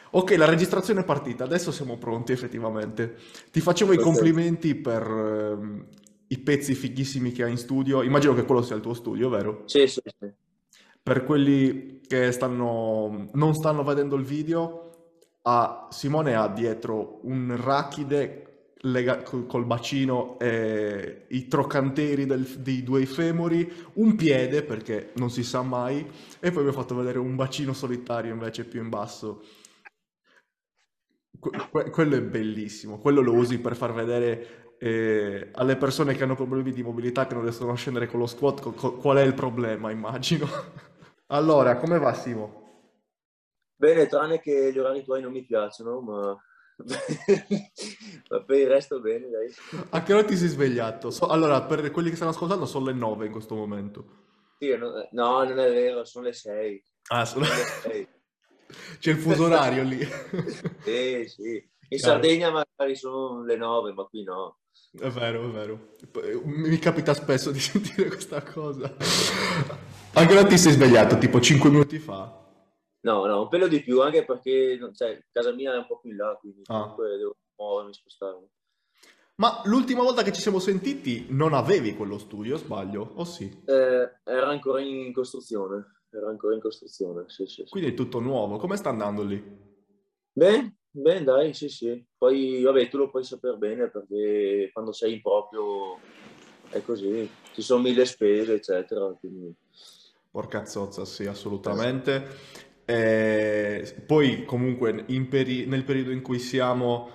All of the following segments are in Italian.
Ok, la registrazione è partita, adesso siamo pronti effettivamente. Ti facevo i Ok. complimenti per i pezzi fighissimi che hai in studio. Immagino che quello sia il tuo studio, vero? Sì, sì, sì. Per quelli che non stanno vedendo il video, Simone ha dietro un rachide col bacino e i trocanteri dei due femori, un piede perché non si sa mai, e poi mi ha fatto vedere un bacino solitario invece più in basso. Quello è bellissimo, quello lo usi per far vedere alle persone che hanno problemi di mobilità, che non riescono a scendere con lo squat, qual è il problema, immagino. Allora, come va Simo? Bene, tranne che gli orari tuoi non mi piacciono, ma, ma per il resto bene, dai. A che ora ti sei svegliato? Allora, per quelli che stanno ascoltando sono le 9 in questo momento. Sì, no, non è vero, sono le 6. Ah, Sono le 6. c'è il fuso orario lì. Sì, sì. In Chiaro. Sardegna magari sono le 9, ma qui no. È vero, è vero. Mi capita spesso di sentire questa cosa. A che ora ti sei svegliato? Tipo 5 minuti fa? No, no, un pelo di più, anche perché cioè, casa mia è un po' più in là, quindi Ah. comunque devo muovermi, spostarmi. Ma l'ultima volta che ci siamo sentiti non avevi quello studio, o sbaglio? O sì? Era ancora in costruzione, sì, sì, sì. Quindi è tutto nuovo. Come sta andando lì? Beh, beh, dai, sì, sì. Poi, vabbè, tu lo puoi sapere bene perché quando sei in proprio è così, ci sono mille spese, eccetera. Quindi, Porca zozza, sì, eh. assolutamente. Poi comunque nel periodo in cui siamo,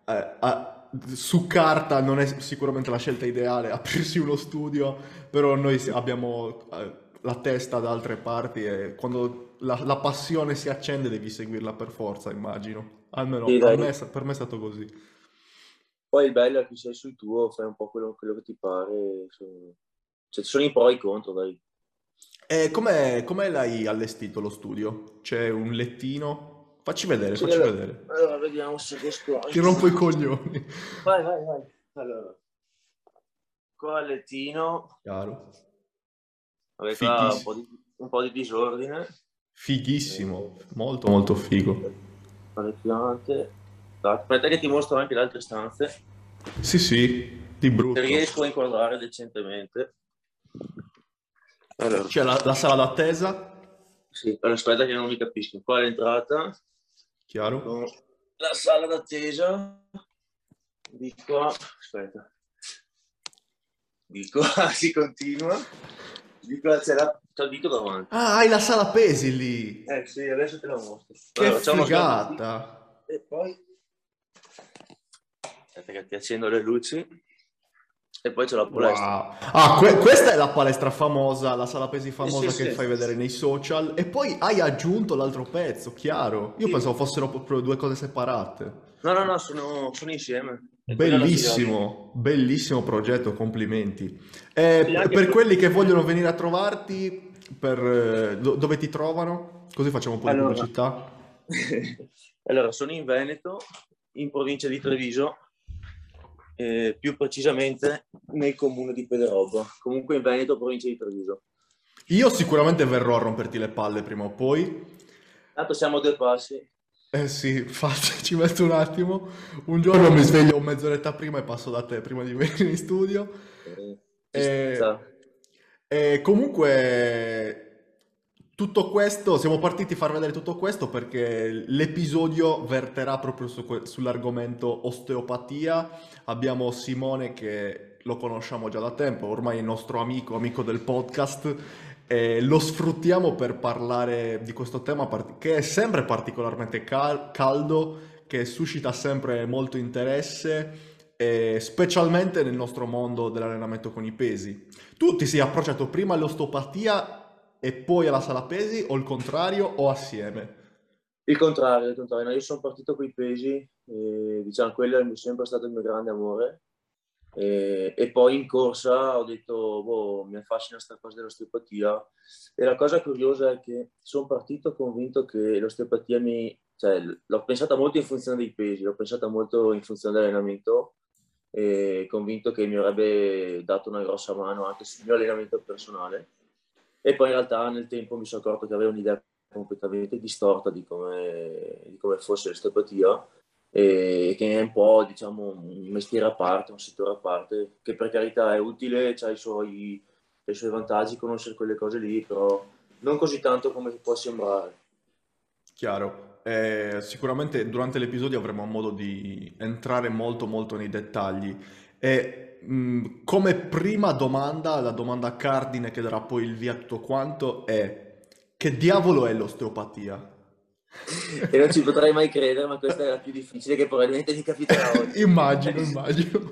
su carta non è sicuramente la scelta ideale aprirsi uno studio, però noi abbiamo la testa da altre parti e quando la passione si accende devi seguirla per forza, immagino. Almeno Sì, dai. per me è stato così. Poi il bello è che sei sul tuo, fai un po' quello che ti pare. Cioè, ci sono i pro e i contro, dai. E come l'hai allestito lo studio? C'è un lettino? Facci vedere, Sì, facci vedere. allora, vediamo se riesco a Ti rompo i inquadrare. coglioni. Vai, vai, vai. Allora, qua il lettino, Chiaro. vabbè, qua Fighissimo. un po' di disordine. Fighissimo. Eh, Molto molto figo. le piante. Aspetta che ti mostro anche le altre stanze. Sì, sì, di Se brutto. riesco a inquadrare decentemente. Allora, C'è la sala d'attesa, sì, allora, aspetta che non mi capisco. Qua è l'entrata, chiaro. con la sala d'attesa. Di qua, aspetta, di qua si continua. Di qua c'è il dito davanti. Ah, hai la sala pesi lì. Sì, adesso te la mostro. Che Allora, c'è uno sgabello qui figata. e poi aspetta che ti accendo le luci e poi c'è la palestra. Wow. Ah, questa è la palestra famosa, la sala pesi Sì, sì, famosa che sì. fai vedere nei social. E poi hai aggiunto l'altro pezzo, chiaro. Io Sì. pensavo fossero proprio due cose separate. No, no, no, sono insieme. E quella è la ginnastica. Bellissimo, bellissimo progetto, complimenti. Sì, anche Per quelli che vogliono venire a trovarti, dove ti trovano? Così facciamo un po' di allora, pubblicità. allora, sono in Veneto, in provincia di Treviso, più precisamente nel comune di Pederobba. Comunque in Veneto, provincia di Treviso. Io sicuramente verrò a romperti le palle prima o poi. Tanto siamo a due passi. Eh sì, infatti ci metto un attimo. Un giorno mi sveglio mezz'oretta prima e passo da te prima di venire in studio. Ci sta. Comunque, tutto questo, siamo partiti a far vedere tutto questo perché l'episodio verterà proprio sull'argomento osteopatia. Abbiamo Simone che lo conosciamo già da tempo, ormai è il nostro amico, amico del podcast. E lo sfruttiamo per parlare di questo tema che è sempre particolarmente caldo, che suscita sempre molto interesse, specialmente nel nostro mondo dell'allenamento con i pesi. Tu ti sei approcciato prima all'osteopatia e poi alla sala pesi o il contrario o assieme? Il contrario. No, io sono partito con i pesi, diciamo, quello è sempre stato il mio grande amore. E poi in corsa ho detto, boh, mi affascina questa cosa dell'osteopatia. E la cosa curiosa è che sono partito convinto che l'osteopatia cioè, l'ho pensata molto in funzione dei pesi, l'ho pensata molto in funzione dell'allenamento, e convinto che mi avrebbe dato una grossa mano anche sul mio allenamento personale. E poi in realtà nel tempo mi sono accorto che avevo un'idea completamente distorta di come fosse l'osteopatia, e che è un po', diciamo, un mestiere a parte, un settore a parte, che per carità è utile, ha i suoi vantaggi conoscere quelle cose lì, però non così tanto come può sembrare. Chiaro. Sicuramente durante l'episodio avremo modo di entrare molto molto nei dettagli. E come prima domanda, la domanda cardine che darà poi il via a tutto quanto è: che diavolo è l'osteopatia? E non ci potrei mai credere, ma questa è la più difficile che probabilmente mi capiterà oggi. Immagino, immagino.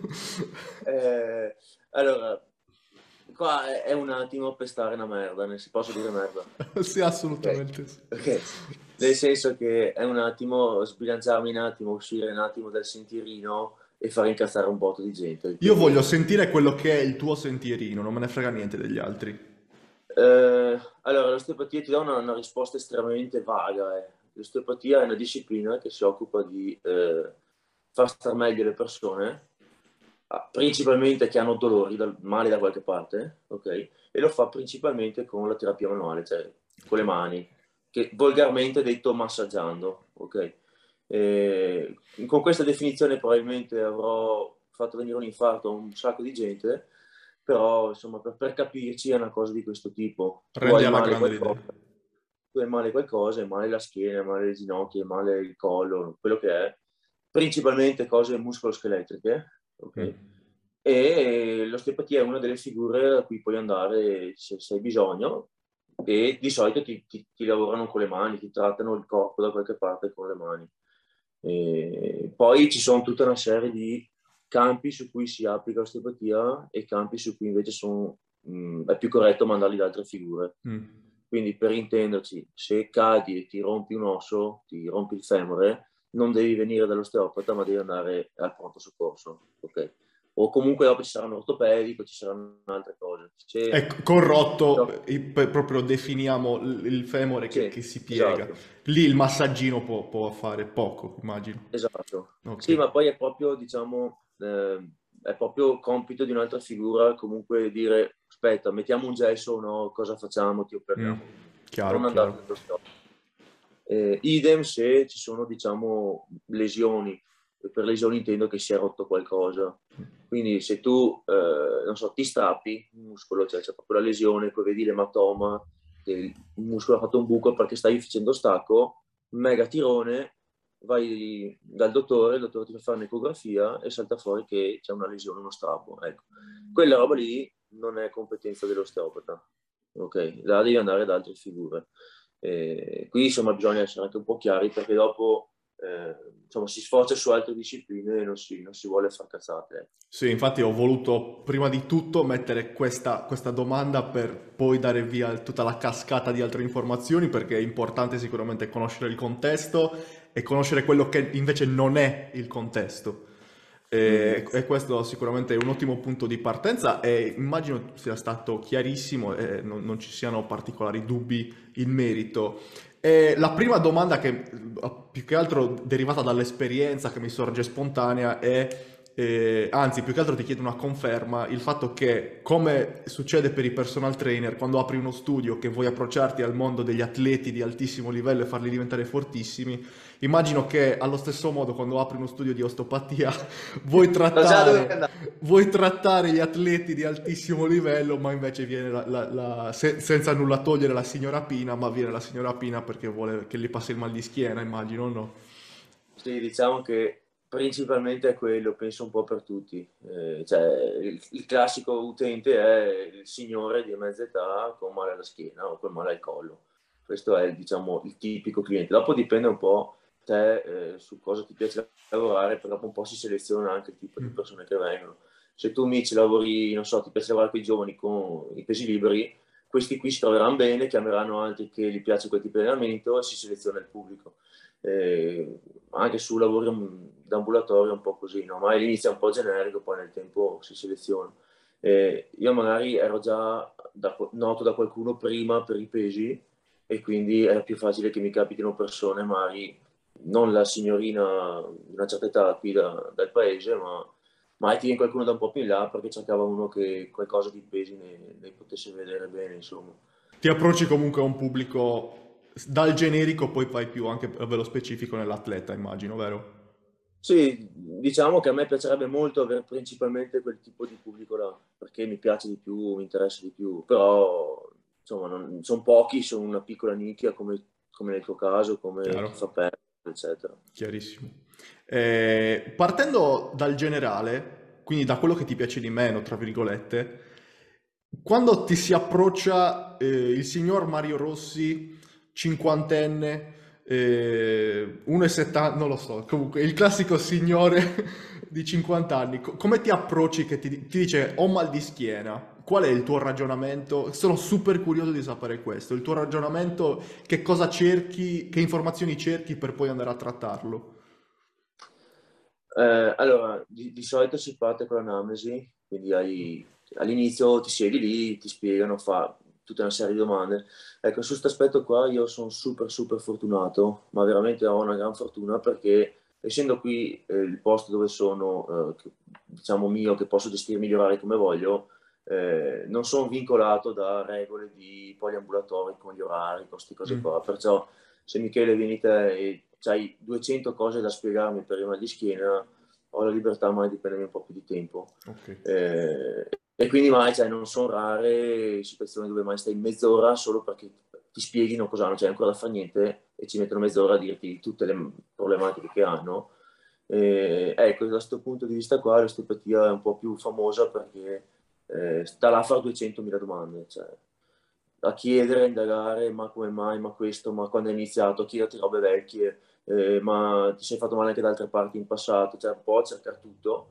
Eh, allora, qua è un attimo pestare una merda, ne si posso dire merda. Sì, Ok, assolutamente sì. ok. Nel senso che è un attimo sbilanciarmi un attimo, uscire un attimo dal sentierino e far incazzare un botto di gente. Io voglio Quindi, sentire quello che è il tuo sentierino, non me ne frega niente degli altri. allora, l'osteopatia ti dà una risposta estremamente vaga. L'osteopatia è una disciplina che si occupa di far star meglio le persone, principalmente che hanno dolori, male da qualche parte, ok? E lo fa principalmente con la terapia manuale, cioè con le mani, che volgarmente detto massaggiando, ok? Con questa definizione probabilmente avrò fatto venire un infarto a un sacco di gente, però insomma per capirci è una cosa di questo tipo. Rendi alla grande l'idea. Tu hai male qualcosa, hai male la schiena, hai male le ginocchia, hai male il collo, quello che è, principalmente cose muscoloscheletriche, ok? Mm. E l'osteopatia è una delle figure a cui puoi andare se hai bisogno, e di solito ti lavorano con le mani, ti trattano il corpo da qualche parte con le mani. E poi ci sono tutta una serie di campi su cui si applica l'osteopatia e campi su cui invece è più corretto mandarli da altre figure. Mm. Quindi per intenderci, se cadi e ti rompi un osso, ti rompi il femore, non devi venire dall'osteopata, ma devi andare al pronto soccorso, ok? O comunque dopo ci sarà un ortopedico, ci saranno altre cose. Ecco, con rotto proprio definiamo il femore Sì, che si piega. esatto. Lì il massaggino può fare poco, immagino. Esatto. Sì, Ok. ma poi è proprio, diciamo, è proprio compito di un'altra figura comunque dire, aspetta, mettiamo un gesso o no, cosa facciamo, ti Mm. operiamo. Chiaro, Non andare chiaro. nello stop. Idem se ci sono, diciamo, lesioni. E per lesioni intendo che si è rotto qualcosa. Quindi se tu, non so, ti strappi un muscolo, cioè c'è proprio la lesione, poi vedi l'ematoma, che il muscolo ha fatto un buco perché stai facendo stacco, mega tirone, vai dal dottore, il dottore ti fa fare un'ecografia e salta fuori che c'è una lesione, uno strappo. Ecco. Quella roba lì non è competenza dell'osteopata, ok? Là devi andare da altre figure. Qui insomma bisogna essere anche un po' chiari perché dopo insomma, si sfocia su altre discipline e non si vuole far cazzate. Sì, infatti ho voluto prima di tutto mettere questa domanda per poi dare via tutta la cascata di altre informazioni, perché è importante sicuramente conoscere il contesto e conoscere quello che invece non è il contesto. Mm. E questo sicuramente è un ottimo punto di partenza e immagino sia stato chiarissimo e non ci siano particolari dubbi in merito. E la prima domanda che più che altro derivata dall'esperienza che mi sorge spontanea è, anzi più che altro ti chiedo una conferma, il fatto che come succede per i personal trainer quando apri uno studio che vuoi approcciarti al mondo degli atleti di altissimo livello e farli diventare fortissimi, immagino che allo stesso modo quando apri uno studio di osteopatia vuoi So già dove trattare, andare. vuoi trattare gli atleti di altissimo livello, ma invece viene senza nulla togliere la signora Pina, ma viene la signora Pina perché vuole che gli passi il mal di schiena, immagino, no? Sì, diciamo che principalmente è quello, penso un po' per tutti. Cioè, il classico utente è il signore di mezza età con male alla schiena o con male al collo. Questo è, diciamo, il tipico cliente. Dopo dipende un po' te su cosa ti piace lavorare, perché dopo un po' si seleziona anche il tipo di Mm. persone che vengono. Se tu mi ci lavori, non so, ti piace lavorare con i giovani con i pesi liberi, questi qui si troveranno bene, chiameranno altri che gli piace quel tipo di allenamento e si seleziona il pubblico. Anche su lavori d'ambulatorio è un po' così, no? Ma all'inizio è un po' generico, poi nel tempo si seleziona. Io magari ero già noto da qualcuno prima per i pesi e quindi è più facile che mi capitino persone, magari non la signorina di una certa età qui dal paese, ma ti viene qualcuno da un po' più in là perché cercava uno che qualcosa di pesi ne potesse vedere bene, insomma. Ti approcci comunque a un pubblico Dal generico poi vai più anche ve lo specifico nell'atleta, immagino, vero? Sì, diciamo che a me piacerebbe molto avere principalmente quel tipo di pubblico là, perché mi piace di più, mi interessa di più, però insomma sono pochi, sono una piccola nicchia come nel tuo caso, come Chiaro, chi fa perdere, eccetera. chiarissimo. Partendo dal generale, quindi da quello che ti piace di meno, tra virgolette, quando ti si approccia il signor Mario Rossi, cinquantenne, 1,70, non lo so, comunque il classico signore di 50 anni, come ti approcci che ti dice ho mal di schiena? Qual è il tuo ragionamento? Sono super curioso di sapere questo. Il tuo ragionamento, che cosa cerchi, che informazioni cerchi per poi andare a trattarlo? Allora, di solito si parte con l'anamnesi, quindi all'inizio ti siedi lì, ti spiegano, fa tutta una serie di domande. Ecco, su questo aspetto qua io sono super super fortunato, ma veramente ho una gran fortuna perché essendo qui il posto dove sono, diciamo mio, che posso gestirmi gli orari come voglio, non sono vincolato da regole di poliambulatori con gli orari, con queste cose Mm, qua. Perciò se Michele vieni te e hai 200 cose da spiegarmi per il mal di schiena, ho la libertà mai di prendermi un po' più di tempo. ok. E quindi mai, cioè, non sono rare situazioni dove mai stai mezz'ora solo perché ti spieghino cosa hanno, cioè ancora da fare niente e ci mettono mezz'ora a dirti tutte le problematiche che hanno. Ecco, da questo punto di vista qua l'osteopatia è un po' più famosa perché sta là a fare 200.000 domande, cioè, a chiedere, a indagare, ma come mai, ma questo, ma quando è iniziato, chiederti robe vecchie, ma ti sei fatto male anche da altre parti in passato, cioè un po' a cercare tutto.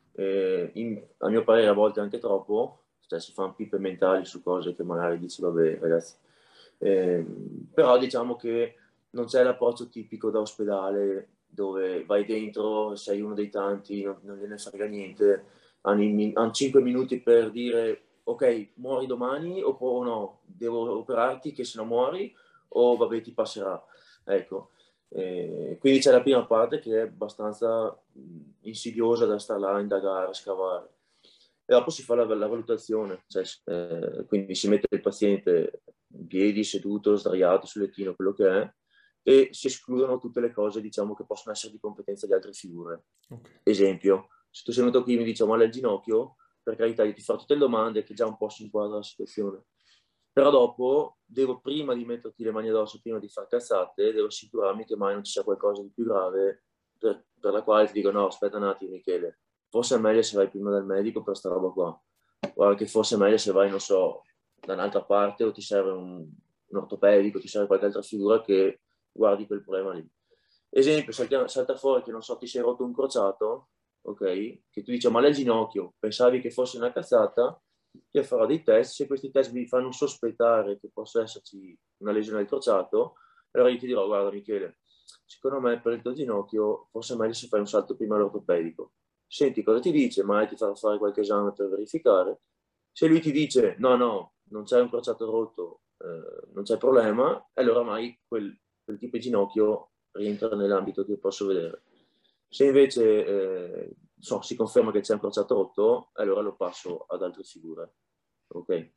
A mio parere a volte anche troppo, cioè si fanno pippe mentali su cose che magari dici, vabbè ragazzi. Eh, Però diciamo che non c'è l'approccio tipico da ospedale dove vai dentro, sei uno dei tanti, non gliene frega niente, hanno 5 minuti per dire ok, muori domani o no, devo operarti che se no muori o vabbè ti passerà. Ecco, quindi c'è la prima parte che è abbastanza insidiosa da stare là a indagare, a scavare. E dopo si fa la valutazione, cioè, quindi si mette il paziente in piedi, seduto, sdraiato sul lettino, quello che è, e si escludono tutte le cose, diciamo, che possono essere di competenza di altre figure. Ok. Esempio, se tu sei venuto qui e mi dici male al ginocchio, per carità, io ti farò tutte le domande che già un po' si inquadra la situazione. Però dopo, devo prima di metterti le mani addosso, prima di far cazzate, devo assicurarmi che mai non ci sia qualcosa di più grave per la quale ti dico no, aspetta un attimo Michele, forse è meglio se vai prima dal medico per sta roba qua. Guarda che forse è meglio se vai, non so, da un'altra parte o ti serve un ortopedico, ti serve qualche altra figura che guardi quel problema lì. Esempio, salta fuori che non so, ti sei rotto un crociato, ok? Che tu dici, ma al ginocchio, pensavi che fosse una cazzata, io farò dei test, se questi test vi fanno sospettare che possa esserci una lesione del crociato, allora io ti dirò, guarda Michele, secondo me per il tuo ginocchio forse è meglio se fai un salto prima all'ortopedico. Senti cosa ti dice, magari ti farà fare qualche esame per verificare. Se lui ti dice no, no, non c'è un crociato rotto, non c'è problema, allora mai quel tipo di ginocchio rientra nell'ambito che posso vedere. Se invece si conferma che c'è un crociato rotto, allora lo passo ad altre figure. Ok?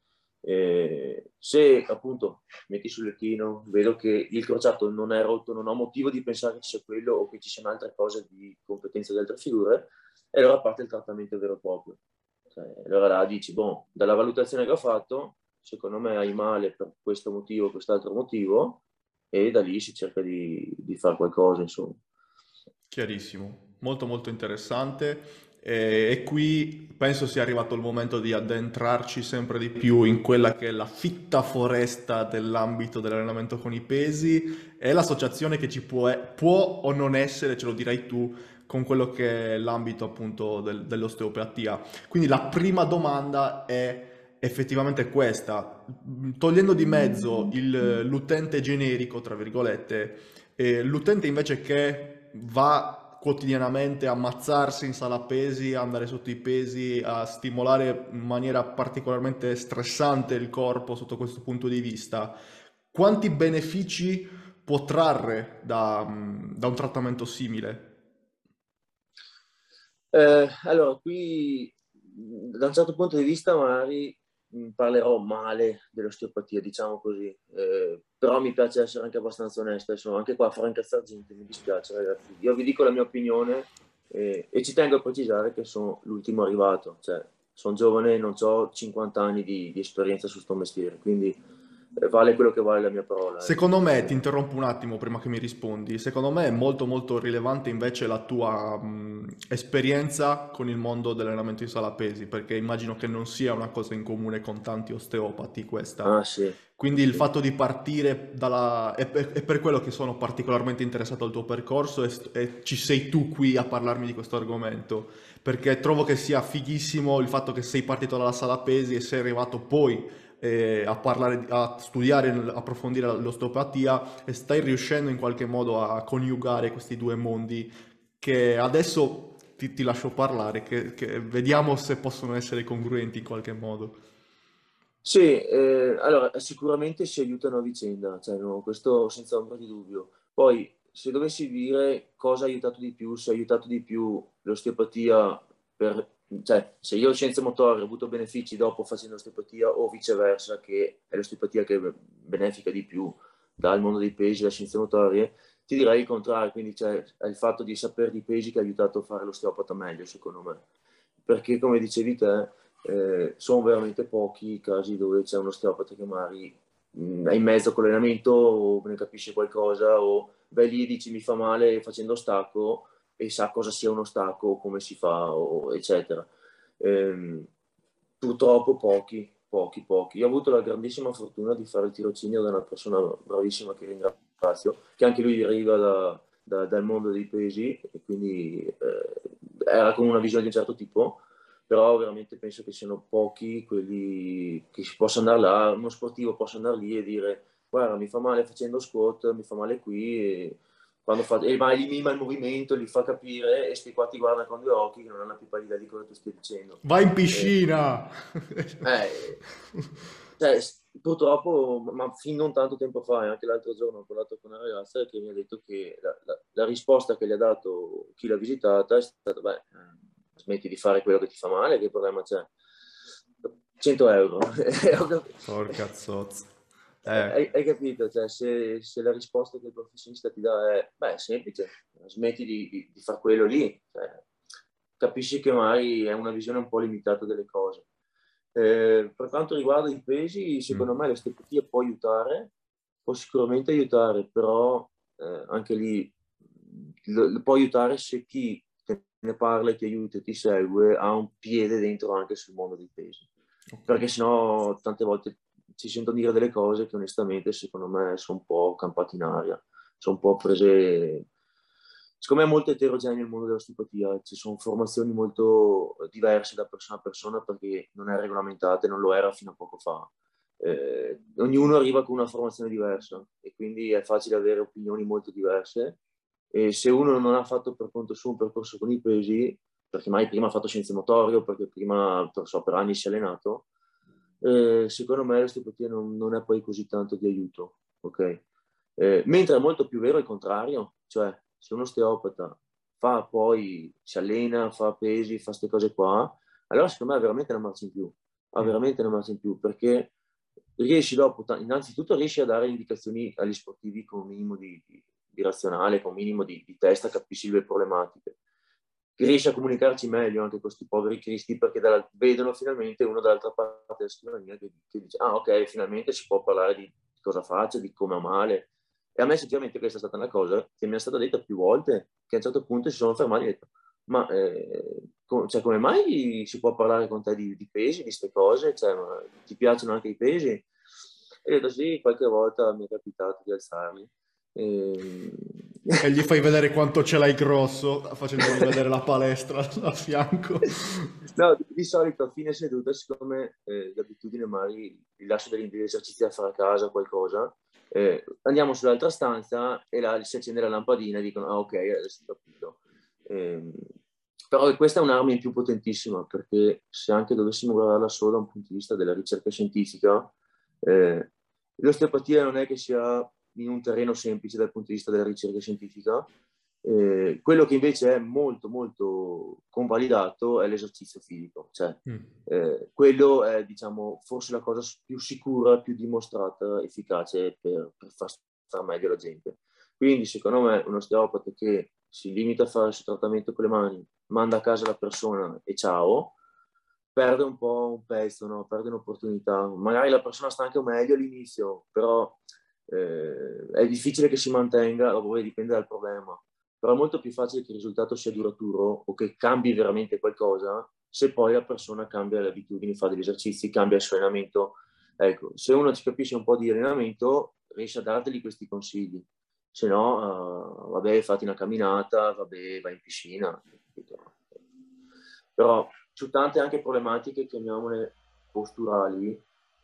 Se appunto metti sul lettino, vedo che il crociato non è rotto, non ho motivo di pensare che sia quello o che ci siano altre cose di competenza di altre figure, e allora parte il trattamento vero e proprio. Cioè, allora là dici, boh, dalla valutazione che ho fatto, secondo me hai male per questo motivo, quest'altro motivo, e da lì si cerca di fare qualcosa, insomma. Chiarissimo, molto molto interessante. E qui penso sia arrivato il momento di addentrarci sempre di più in quella che è la fitta foresta dell'ambito dell'allenamento con i pesi e l'associazione che ci può o non essere, ce lo dirai tu, con quello che è l'ambito appunto dell'osteopatia. Quindi la prima domanda è effettivamente questa, togliendo di mezzo l'utente generico, tra virgolette, l'utente invece che va quotidianamente a ammazzarsi in sala pesi, a andare sotto i pesi, a stimolare in maniera particolarmente stressante il corpo sotto questo punto di vista, quanti benefici può trarre da un trattamento simile? Allora, qui da un certo punto di vista magari parlerò male dell'osteopatia, diciamo così, però mi piace essere anche abbastanza onesto, sono anche qua a fare incazzare gente, mi dispiace ragazzi, io vi dico la mia opinione e ci tengo a precisare che sono l'ultimo arrivato, cioè sono giovane, non ho 50 anni di esperienza su sto mestiere, quindi vale quello che vale la mia parola. Secondo me, ti interrompo un attimo prima che mi rispondi, secondo me è molto molto rilevante invece la tua esperienza con il mondo dell'allenamento in sala pesi, perché immagino che non sia una cosa in comune con tanti osteopati questa. Ah sì, Quindi il sì. fatto di partire dalla... è per quello che sono particolarmente interessato al tuo percorso e ci sei tu qui a parlarmi di questo argomento, perché trovo che sia fighissimo il fatto che sei partito dalla sala pesi e sei arrivato poi a parlare, a studiare, approfondire l'osteopatia e stai riuscendo in qualche modo a coniugare questi due mondi che adesso ti lascio parlare, che vediamo se possono essere congruenti in qualche modo. Sì, allora sicuramente si aiutano a vicenda, cioè, no, questo senza ombra di dubbio. Poi, se dovessi dire cosa ha aiutato di più, se ha aiutato di più l'osteopatia per, cioè, se io ho scienze motorie ho avuto benefici dopo facendo osteopatia o viceversa, che è l'osteopatia che benefica di più dal mondo dei pesi, le scienze motorie, ti direi il contrario, quindi è il fatto di sapere di pesi che ha aiutato a fare l'osteopata meglio, secondo me. Perché, come dicevi te, sono veramente pochi i casi dove c'è uno osteopata che magari è in mezzo con l'allenamento o ne capisce qualcosa o vai lì e dici mi fa male facendo stacco e sa cosa sia uno stacco, come si fa, eccetera. Ehm, Purtroppo pochi. Io ho avuto la grandissima fortuna di fare il tirocinio da una persona bravissima che ringrazio, che anche lui arriva dal mondo dei pesi e quindi era con una visione di un certo tipo, però veramente penso che siano pochi quelli che si possa andare là, uno sportivo possa andare lì e dire guarda mi fa male facendo squat, mi fa male qui e quando fa, e ma gli mima il movimento, gli fa capire e sti qua ti guarda con due occhi che non hanno più pallida di cosa tu stai dicendo. Vai in Eh, piscina! eh, cioè, purtroppo, ma fin non tanto tempo fa, e anche l'altro giorno ho parlato con una ragazza che mi ha detto che la risposta che gli ha dato chi l'ha visitata è stata, beh, smetti di fare quello che ti fa male, che problema c'è? 100 euro. Porca zozza. Hai capito? Cioè, se la risposta che il professionista ti dà è, beh, è semplice, smetti di fare quello lì, cioè, capisci che magari è una visione un po' limitata delle cose. Per quanto riguarda i pesi, secondo me l'osteopatia può aiutare, può sicuramente aiutare, però anche lì può aiutare se chi te ne parla, ti aiuta e ti segue ha un piede dentro anche sul mondo dei pesi. Ok. Perché sennò tante volte si sentono dire delle cose che onestamente secondo me sono un po' campate in aria, sono un po' prese. Secondo me è molto eterogeneo il mondo dell'osteopatia, ci sono formazioni molto diverse da persona a persona perché non è regolamentata e non lo era fino a poco fa. Ognuno arriva con una formazione diversa e quindi è facile avere opinioni molto diverse e se uno non ha fatto per conto suo un percorso con i pesi, perché mai prima ha fatto scienze motorie o perché prima per anni si è allenato, secondo me l'osteopatia non è poi così tanto di aiuto, ok? Mentre è molto più vero il contrario, cioè se un osteopata fa poi, si allena, fa pesi, fa queste cose qua, allora secondo me ha veramente una marcia in più, ha Mm. veramente una marcia in più, perché riesci dopo, innanzitutto riesci a dare indicazioni agli sportivi con un minimo di razionale, con un minimo di testa, capisci le problematiche. Riesci a comunicarci meglio anche con questi poveri cristi perché vedono finalmente uno dall'altra parte della scrivania che dice ah ok, finalmente si può parlare di cosa faccio, di come ho male. E a me sicuramente questa è stata una cosa che mi è stata detta più volte, che a un certo punto si sono fermati e hanno detto ma cioè, come mai si può parlare con te di pesi, di queste cose? Cioè, ti piacciono anche i pesi? E ho detto sì, qualche volta mi è capitato di alzarli. E... E gli fai vedere quanto ce l'hai grosso, facendogli vedere la palestra a fianco. No, di solito a fine seduta, siccome l'abitudine magari vi lascio degli esercizi da fare a casa o qualcosa, andiamo sull'altra stanza e là si accende la lampadina e dicono ah ok, adesso ho capito. Ehm, Però questa è un'arma in più potentissima perché se anche dovessimo guardarla solo da un punto di vista della ricerca scientifica, l'osteopatia non è che sia in un terreno semplice dal punto di vista della ricerca scientifica, Quello che invece è molto molto convalidato è l'esercizio fisico, cioè quello è, diciamo, forse la cosa più sicura, più dimostrata, efficace per far star meglio la gente. Quindi secondo me un osteopata che si limita a fare il suo trattamento con le mani, manda a casa la persona e ciao, perde un po' un pezzo, no? Perde un'opportunità. Magari la persona sta anche meglio all'inizio, però è difficile che si mantenga, dopo dipende dal problema. Però è molto più facile che il risultato sia duraturo o che cambi veramente qualcosa se poi la persona cambia le abitudini, fa degli esercizi, cambia il suo allenamento. Ecco, se uno ci capisce un po' di allenamento, riesce a darteli questi consigli. Se no, vabbè, fatti una camminata, vabbè, vai in piscina. Però su tante anche problematiche, chiamiamole posturali,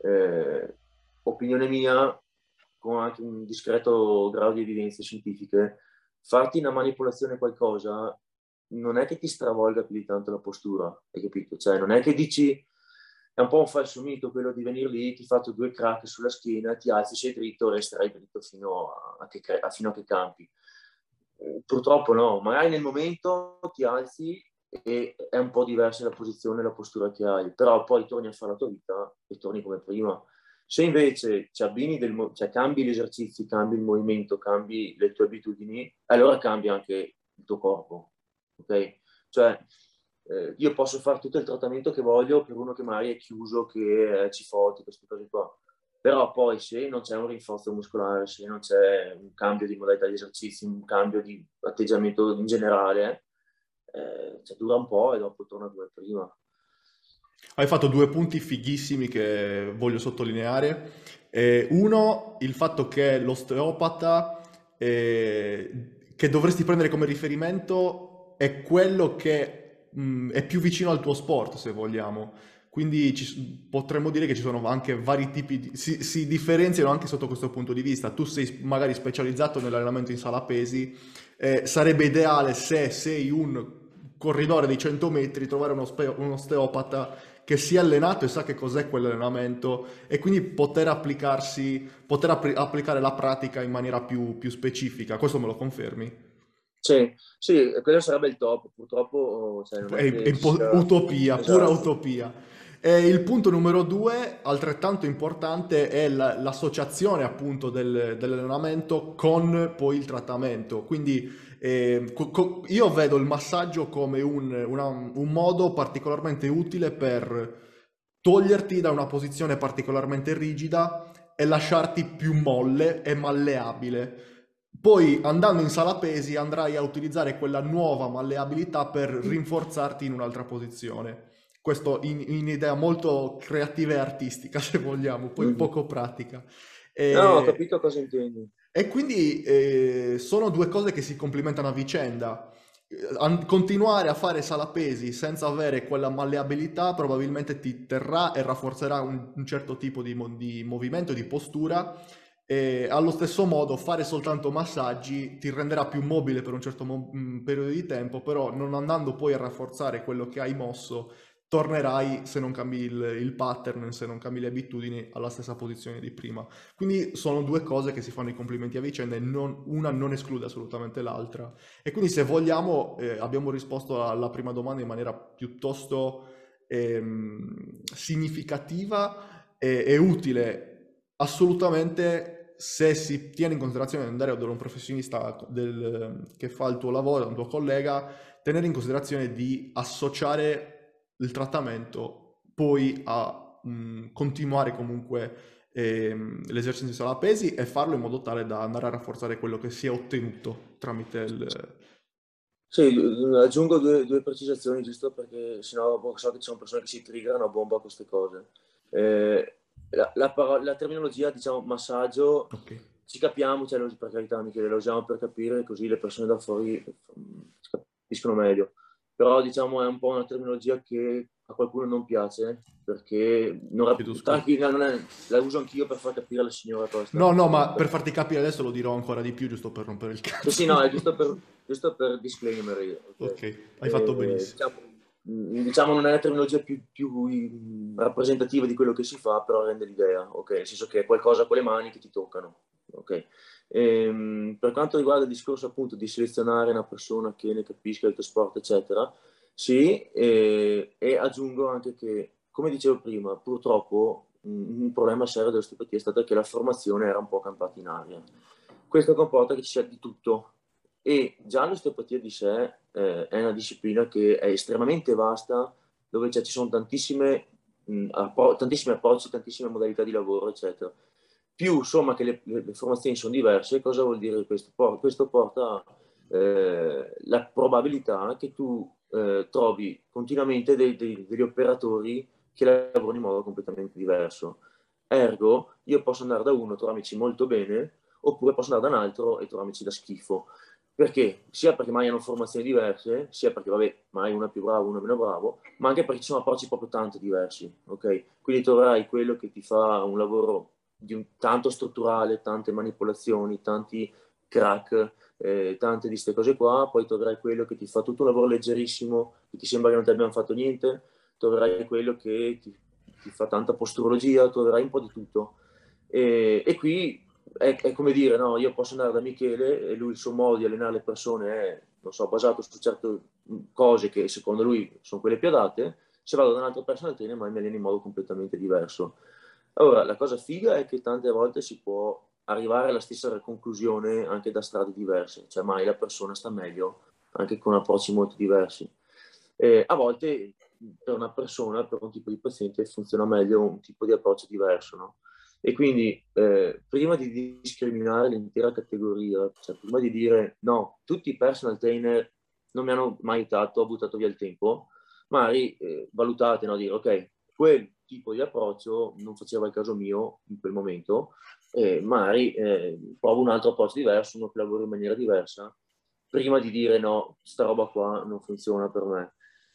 opinione mia, con anche un discreto grado di evidenze scientifiche, farti una manipolazione qualcosa non è che ti stravolga più di tanto la postura, hai capito? Cioè non è che dici, è un po' un falso mito quello di venire lì, ti faccio 2 crack sulla schiena, ti alzi, sei dritto, resterai dritto fino a che campi. Purtroppo no, magari nel momento ti alzi e è un po' diversa la posizione e la postura che hai, però poi torni a fare la tua vita e torni come prima. Se invece ci abbini cioè cambi gli esercizi, cambi il movimento, cambi le tue abitudini, allora cambia anche il tuo corpo, ok? Cioè io posso fare tutto il trattamento che voglio per uno che magari è chiuso, che è cifotico, queste cose qua. Però poi se non c'è un rinforzo muscolare, se non c'è un cambio di modalità di esercizio, un cambio di atteggiamento in generale, cioè dura un po' e dopo torna come prima. Hai fatto due punti fighissimi che voglio sottolineare. Uno, il fatto che l'osteopata che dovresti prendere come riferimento è quello che è più vicino al tuo sport, se vogliamo. Quindi potremmo dire che ci sono anche vari tipi di... si differenziano anche sotto questo punto di vista. Tu sei magari specializzato nell'allenamento in sala pesi, sarebbe ideale se sei un corridore di 100 metri trovare un osteopata che sia allenato e sa che cos'è quell'allenamento e quindi poter applicare la pratica in maniera più specifica. Questo me lo confermi? Sì, sì, quello sarebbe il top. Purtroppo cioè, non è che ci sia... Utopia, pura Esatto. utopia. E il punto numero due, altrettanto importante, è l'associazione appunto dell'allenamento con poi il trattamento. Quindi io vedo il massaggio come un modo particolarmente utile per toglierti da una posizione particolarmente rigida e lasciarti più molle e malleabile. Poi andando in sala pesi andrai a utilizzare quella nuova malleabilità per rinforzarti in un'altra posizione. Questo in idea molto creativa e artistica, se vogliamo, poi Mhm. poco pratica. No, ho E, capito cosa intendi. e quindi sono due cose che si complementano a vicenda. Continuare a fare sala pesi senza avere quella malleabilità probabilmente ti terrà e rafforzerà un certo tipo di movimento, di postura, e allo stesso modo fare soltanto massaggi ti renderà più mobile per un certo periodo di tempo, però non andando poi a rafforzare quello che hai mosso, tornerai, se non cambi il pattern, se non cambi le abitudini, alla stessa posizione di prima. Quindi sono due cose che si fanno i complimenti a vicenda e una non esclude assolutamente l'altra. E quindi se vogliamo, abbiamo risposto alla prima domanda in maniera piuttosto significativa e utile assolutamente se si tiene in considerazione di andare da un professionista che fa il tuo lavoro, un tuo collega, tenere in considerazione di associare il trattamento poi a continuare comunque l'esercizio di sala pesi e farlo in modo tale da andare a rafforzare quello che si è ottenuto tramite il... Sì, aggiungo due precisazioni giusto perché sennò so che ci sono persone che si triggerano a bomba a queste cose. La terminologia, diciamo, massaggio, Ok. ci capiamo, cioè, per carità, Michele, la usiamo per capire così le persone da fuori capiscono meglio. Però, diciamo, è un po' una terminologia che a qualcuno non piace perché Chiedo scusa. la uso anch'io per far capire alla signora cosa No, sta... no, ma per farti capire adesso lo dirò ancora di più, giusto per rompere il Sì, sì, cazzo. no, è giusto per disclaimer, ok? Ok, hai fatto benissimo. Diciamo, diciamo non è la terminologia più rappresentativa di quello che si fa, però rende l'idea, ok? Nel senso che è qualcosa con le mani che ti toccano, ok? Per quanto riguarda il discorso appunto di selezionare una persona che ne capisca il tuo sport, eccetera, sì, e aggiungo anche che, come dicevo prima, purtroppo un problema serio dell'osteopatia è stato che la formazione era un po' campata in aria. Questo comporta che ci sia di tutto, e già l'osteopatia di sé è una disciplina che è estremamente vasta, dove ci sono tantissimi approcci, tantissime modalità di lavoro, eccetera. Più insomma che le formazioni sono diverse, cosa vuol dire questo? Questo porta la probabilità che tu trovi continuamente degli operatori che lavorano in modo completamente diverso. Ergo, io posso andare da uno, trovarmici molto bene, oppure posso andare da un altro e trovarmici da schifo. Perché? Sia perché magari hanno formazioni diverse, sia perché, vabbè, magari uno è più bravo, uno è meno bravo, ma anche perché ci sono approcci proprio tanto diversi, ok? Quindi troverai quello che ti fa un lavoro tanto strutturale, tante manipolazioni, tanti crack, tante di queste cose qua, poi troverai quello che ti fa tutto un lavoro leggerissimo, che ti sembra che non ti abbiano fatto niente, troverai quello che ti fa tanta posturologia, troverai un po' di tutto. E qui è come dire, no, io posso andare da Michele e lui il suo modo di allenare le persone è, non so, basato su certe cose che secondo lui sono quelle più adatte, se vado da un'altra persona al trainer ma mi alleno in modo completamente diverso. Allora, la cosa figa è che tante volte si può arrivare alla stessa conclusione anche da strade diverse, cioè mai la persona sta meglio anche con approcci molto diversi. A volte per una persona, per un tipo di paziente, funziona meglio un tipo di approccio diverso, no? E quindi prima di discriminare l'intera categoria, cioè prima di dire no, tutti i personal trainer non mi hanno mai aiutato, ho buttato via il tempo, magari valutate, no? Dire ok, quel tipo di approccio non faceva il caso mio in quel momento, magari provo un altro approccio diverso, uno che lavora in maniera diversa, prima di dire no, sta roba qua non funziona per me.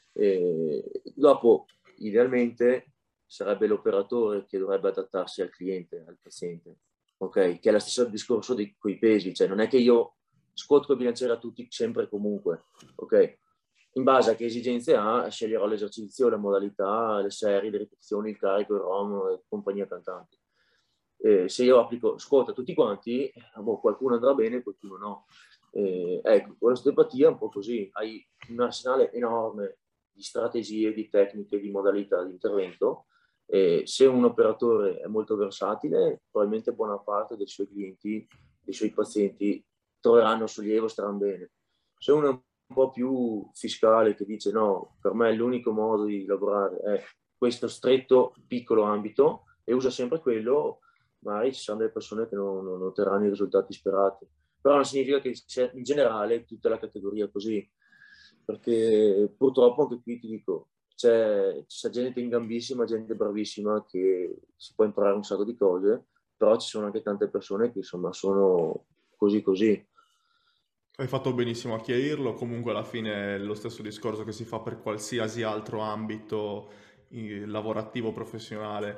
Dopo, idealmente, sarebbe l'operatore che dovrebbe adattarsi al cliente, al paziente, ok? Che è lo stesso discorso di quei pesi, cioè non è che io scuoto il bilanciere a tutti sempre e comunque, ok? In base a che esigenze ha, sceglierò l'esercizio, la modalità, le serie, le ripetizioni, il carico, il ROM e compagnia cantante. Se io applico scuoto a tutti quanti, qualcuno andrà bene, qualcuno no. Ecco, con l'osteopatia è un po' così, hai un arsenale enorme di strategie, di tecniche, di modalità di intervento. Se un operatore è molto versatile, probabilmente buona parte dei suoi clienti, dei suoi pazienti troveranno sollievo, staranno bene. Se uno è un po' più fiscale, che dice no, per me l'unico modo di lavorare è questo stretto, piccolo ambito e usa sempre quello, magari ci sono delle persone che non otterranno i risultati sperati. Però non significa che in generale tutta la categoria è così, perché purtroppo anche qui ti dico, c'è gente in gambissima, gente bravissima che si può imparare un sacco di cose, però ci sono anche tante persone che insomma sono così così. Hai fatto benissimo a chiarirlo, comunque alla fine è lo stesso discorso che si fa per qualsiasi altro ambito lavorativo, professionale.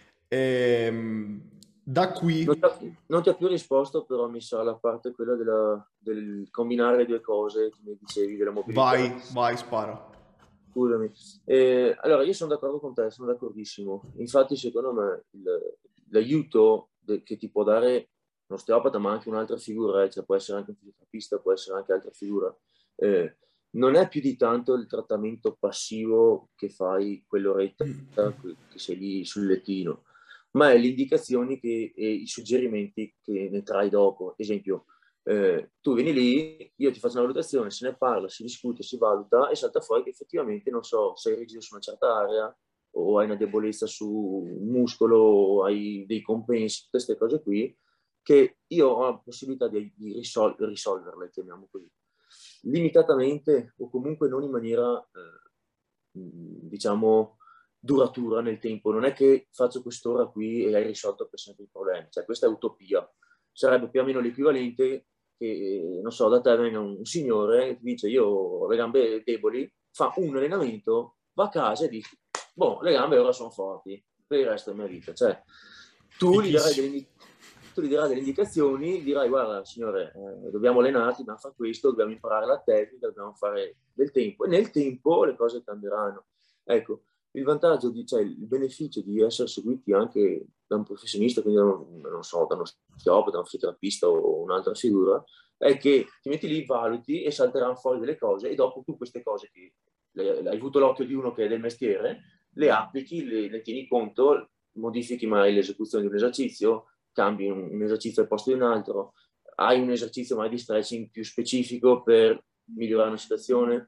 Da Non qui, ti, non ti ho più risposto, però mi sa la parte quella del combinare le due cose che mi dicevi della mobilità. vai, vai, spara. Scusami. Allora, io sono d'accordo con te, sono d'accordissimo. Infatti, secondo me, l'aiuto che ti può dare un osteopata, ma anche un'altra figura, cioè può essere anche un fisioterapista, può essere anche altra figura, non è più di tanto il trattamento passivo che fai quell'oretta che sei lì sul lettino, ma è le indicazioni e i suggerimenti che ne trai dopo. Esempio, tu vieni lì, io ti faccio una valutazione, se ne parla, si discute, si valuta e salta fuori che effettivamente, non so, sei rigido su una certa area o hai una debolezza su un muscolo o hai dei compensi, tutte queste cose qui, che io ho la possibilità di risolverle, chiamiamo così, limitatamente o comunque non in maniera, diciamo, duratura nel tempo. Non è che faccio quest'ora qui e hai risolto per sempre il problema, cioè questa è utopia. Sarebbe più o meno l'equivalente che, non so, da te venga un signore che ti dice io ho le gambe deboli, fa un allenamento, va a casa e dice, boh, le gambe ora sono forti per il resto della mia vita. Cioè, tu gli darai Fichissimo. delle indicazioni, dirai guarda signore, dobbiamo allenarti, dobbiamo fare questo, dobbiamo imparare la tecnica, dobbiamo fare del tempo e nel tempo le cose cambieranno. Ecco, il vantaggio, cioè il beneficio di essere seguiti anche da un professionista, quindi non so, da uno osteopata, da un fisioterapista o un'altra figura, è che ti metti lì, valuti e salteranno fuori delle cose e dopo tu queste cose che hai avuto l'occhio di uno che è del mestiere, le applichi, le tieni conto, modifichi mai l'esecuzione di un esercizio, cambi un esercizio al posto di un altro, hai un esercizio mai di stretching più specifico per migliorare una situazione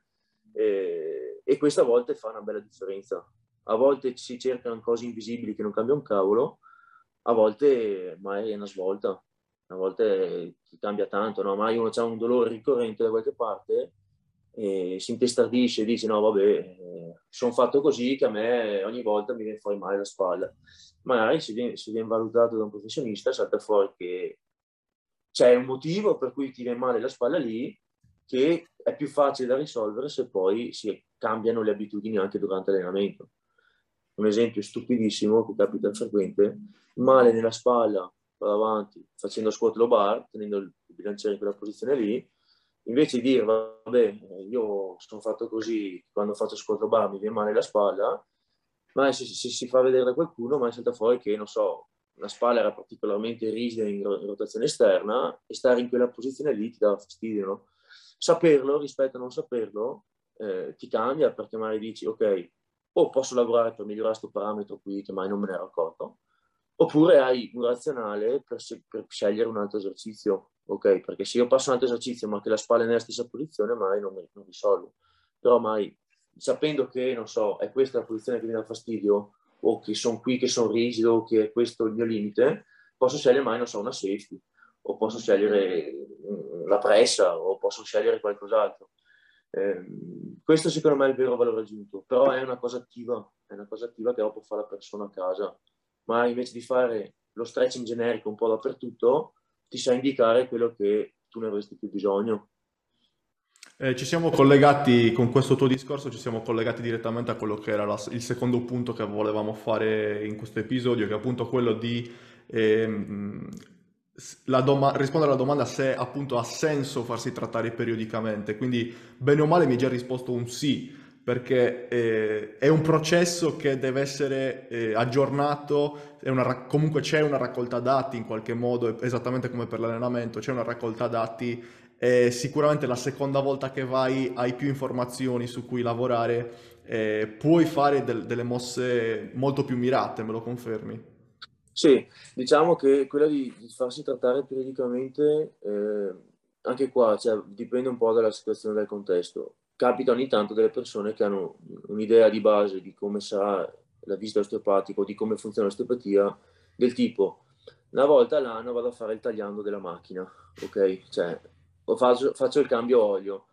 e questa a volte fa una bella differenza. A volte si cercano cose invisibili che non cambia un cavolo, a volte mai è una svolta, a volte ti cambia tanto, no? Mai uno ha un dolore ricorrente da qualche parte e si intestardisce e dice no vabbè, sono fatto così che a me ogni volta mi viene fuori male la spalla. Magari se viene valutato da un professionista salta fuori che c'è un motivo per cui ti viene male la spalla lì che è più facile da risolvere se poi si cambiano le abitudini anche durante l'allenamento. Un esempio stupidissimo che capita frequente, male nella spalla, vado avanti, facendo squat low bar, tenendo il bilanciere in quella posizione lì, invece di dire, vabbè, io sono fatto così, quando faccio squat low bar mi viene male la spalla, ma se si fa vedere da qualcuno, ma salta fuori che, non so, la spalla era particolarmente rigida in rotazione esterna e stare in quella posizione lì ti dà fastidio, no? Saperlo rispetto a non saperlo ti cambia perché magari dici, ok, o posso lavorare per migliorare questo parametro qui che mai non me ne ero accorto, oppure hai un razionale per scegliere un altro esercizio, ok? Perché se io passo un altro esercizio ma che la spalla è nella stessa posizione, mai non risolvo. Però mai sapendo che, non so, è questa la posizione che mi dà fastidio, o che sono qui, che sono rigido, o che questo è il mio limite, posso scegliere mai, non so, una safety, o posso scegliere la pressa, o posso scegliere qualcos'altro. Questo secondo me è il vero valore aggiunto, però è una cosa attiva che dopo fa la persona a casa, ma invece di fare lo stretching generico un po' dappertutto, ti sa indicare quello che tu ne avresti più bisogno. Ci siamo collegati con questo tuo discorso, ci siamo collegati direttamente a quello che era il secondo punto che volevamo fare in questo episodio, che è appunto quello di ehm, rispondere alla domanda se appunto ha senso farsi trattare periodicamente. Quindi, bene o male, mi hai già risposto un sì, perché è un processo che deve essere aggiornato, comunque c'è una raccolta dati in qualche modo, esattamente come per l'allenamento, c'è una raccolta dati e sicuramente la seconda volta che vai hai più informazioni su cui lavorare, puoi fare delle mosse molto più mirate, me lo confermi? Sì, diciamo che quella di farsi trattare periodicamente, anche qua cioè, dipende un po' dalla situazione e dal contesto. Capita ogni tanto delle persone che hanno un'idea di base di come sarà la visita osteopatica o di come funziona l'osteopatia, del tipo, una volta all'anno vado a fare il tagliando della macchina, ok? Cioè, faccio il cambio olio.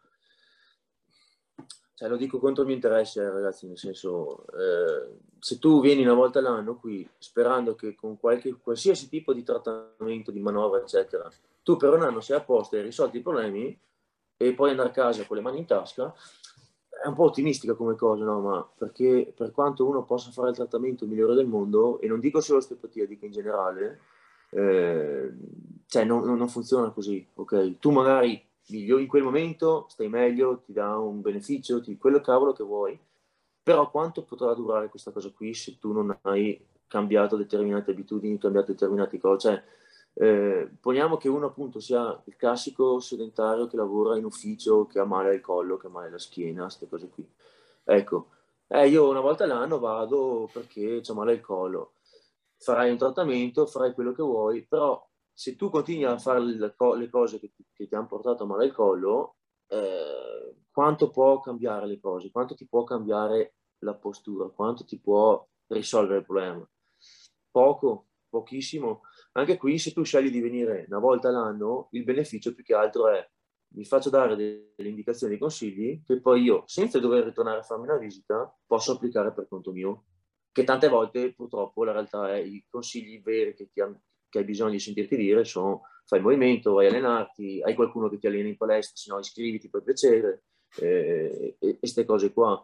Cioè, lo dico contro il mio interesse, ragazzi, nel senso, se tu vieni una volta all'anno qui sperando che con qualsiasi tipo di trattamento, di manovra, eccetera, tu per un anno sei a posto e hai risolto i problemi e poi andare a casa con le mani in tasca, è un po' ottimistica come cosa, no? Ma perché per quanto uno possa fare il trattamento migliore del mondo, e non dico solo osteopatia, dico in generale, eh, cioè non funziona così, ok? Tu magari migliori in quel momento, stai meglio, ti dà un beneficio, quello cavolo che vuoi, però quanto potrà durare questa cosa qui se tu non hai cambiato determinate abitudini, cambiato determinate cose? Cioè, poniamo che uno appunto sia il classico sedentario che lavora in ufficio, che ha male al collo, che ha male alla schiena, queste cose qui. Ecco, io una volta all'anno vado perché ho male al collo. Farai un trattamento, farai quello che vuoi, però se tu continui a fare le cose che ti hanno portato male al collo, quanto può cambiare le cose? Quanto ti può cambiare la postura? Quanto ti può risolvere il problema? Poco, pochissimo. Anche qui, se tu scegli di venire una volta all'anno, il beneficio più che altro è mi faccio dare delle indicazioni e consigli che poi io, senza dover ritornare a farmi una visita, posso applicare per conto mio. Che tante volte, purtroppo, la realtà è i consigli veri che hai bisogno di sentirti dire sono fai il movimento, vai a allenarti, hai qualcuno che ti allena in palestra, se no iscriviti per piacere, e queste cose qua.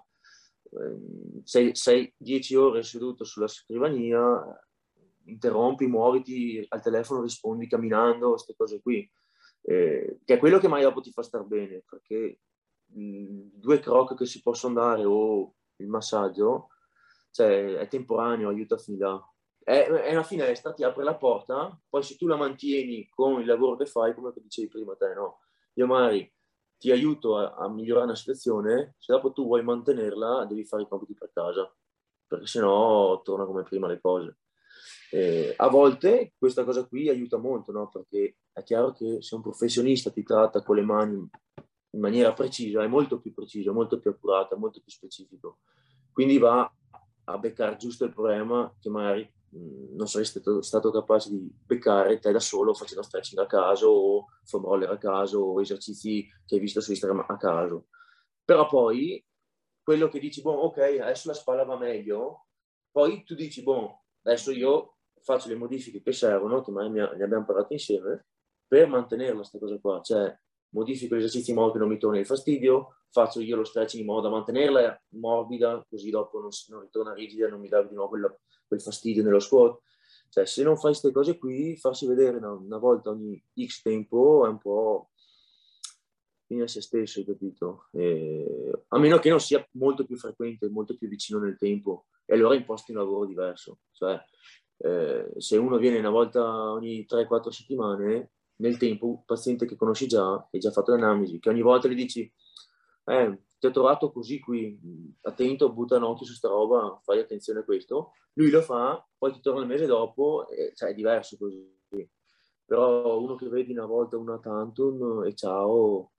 Sei 10 ore seduto sulla scrivania, interrompi, muoviti, al telefono rispondi camminando, queste cose qui, che è quello che mai dopo ti fa star bene, perché due croc che si possono dare o il massaggio cioè è temporaneo, aiuta fin là. È una finestra, ti apre la porta, poi se tu la mantieni con il lavoro che fai, come dicevi prima te, no? Io magari ti aiuto a migliorare una situazione, se dopo tu vuoi mantenerla, devi fare i compiti per casa, perché sennò torna come prima le cose. A volte questa cosa qui aiuta molto, no? Perché è chiaro che se un professionista ti tratta con le mani in maniera precisa, è molto più preciso, molto più accurata, molto più specifico. Quindi va a beccare giusto il problema che magari non saresti stato capace di beccare te da solo facendo stretching a caso o foam roller a caso o esercizi che hai visto su Instagram a caso. Però poi quello che dici, boh, ok, adesso la spalla va meglio, poi tu dici, boh, adesso io faccio le modifiche che servono, che magari ne abbiamo parlato insieme, per mantenerla questa cosa qua, cioè modifico gli esercizi in modo che non mi torni il fastidio, faccio io lo stretching in modo da mantenerla morbida, così dopo non ritorna rigida, non mi dà di nuovo quel fastidio nello squat. Cioè, se non fai queste cose qui, farsi vedere una volta ogni X tempo è un po' fine a se stesso, hai capito? A meno che non sia molto più frequente, molto più vicino nel tempo, e allora imposti un lavoro diverso. Cioè, se uno viene una volta ogni 3-4 settimane, nel tempo, un paziente che conosci già, che hai già fatto l'analisi, che ogni volta gli dici, ti ho trovato così qui, attento, butta un occhio su sta roba, fai attenzione a questo, lui lo fa, poi ti torna il mese dopo, cioè è diverso così. Però uno che vedi una volta, una tantum, e ciao.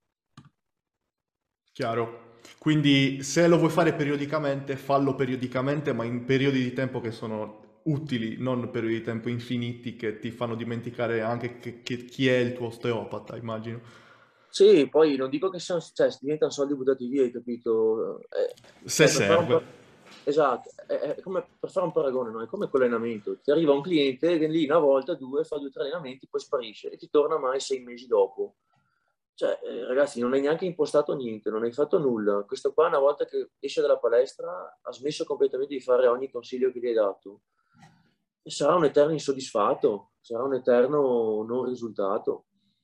Chiaro. Quindi se lo vuoi fare periodicamente, fallo periodicamente, ma in periodi di tempo che sono utili, non periodi di tempo infiniti che ti fanno dimenticare anche chi è il tuo osteopata, immagino. Sì, poi non dico che cioè, diventano soldi buttati via, hai capito? Se Cioè, per fare serve. esatto, è come per fare un paragone, no? È come con l'allenamento. Ti arriva un cliente, viene lì una volta, due, fa 2 o 3 allenamenti, poi sparisce e ti torna mai 6 mesi dopo. Cioè, ragazzi, non hai neanche impostato niente, non hai fatto nulla. Questo qua, una volta che esce dalla palestra, ha smesso completamente di fare ogni consiglio che gli hai dato. E sarà un eterno insoddisfatto, sarà un eterno non risultato.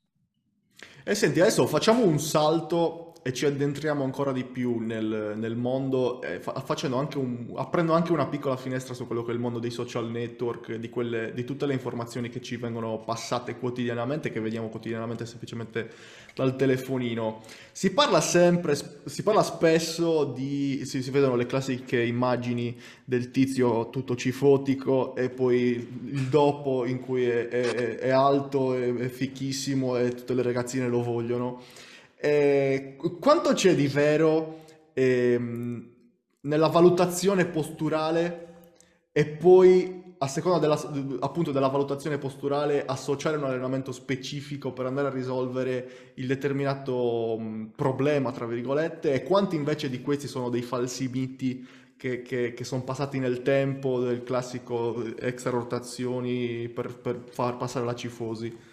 E senti, adesso facciamo un salto e ci addentriamo ancora di più nel mondo, facendo anche aprendo anche una piccola finestra su quello che è il mondo dei social network, di tutte le informazioni che ci vengono passate quotidianamente, che vediamo quotidianamente semplicemente dal telefonino. Si parla spesso si vedono le classiche immagini del tizio tutto cifotico e poi il dopo in cui è alto, è fichissimo e tutte le ragazzine lo vogliono. Quanto c'è di vero nella valutazione posturale e poi a seconda appunto della valutazione posturale associare un allenamento specifico per andare a risolvere il determinato problema, tra virgolette, e quanti invece di questi sono dei falsi miti che sono passati nel tempo del classico extra rotazioni per far passare la cifosi.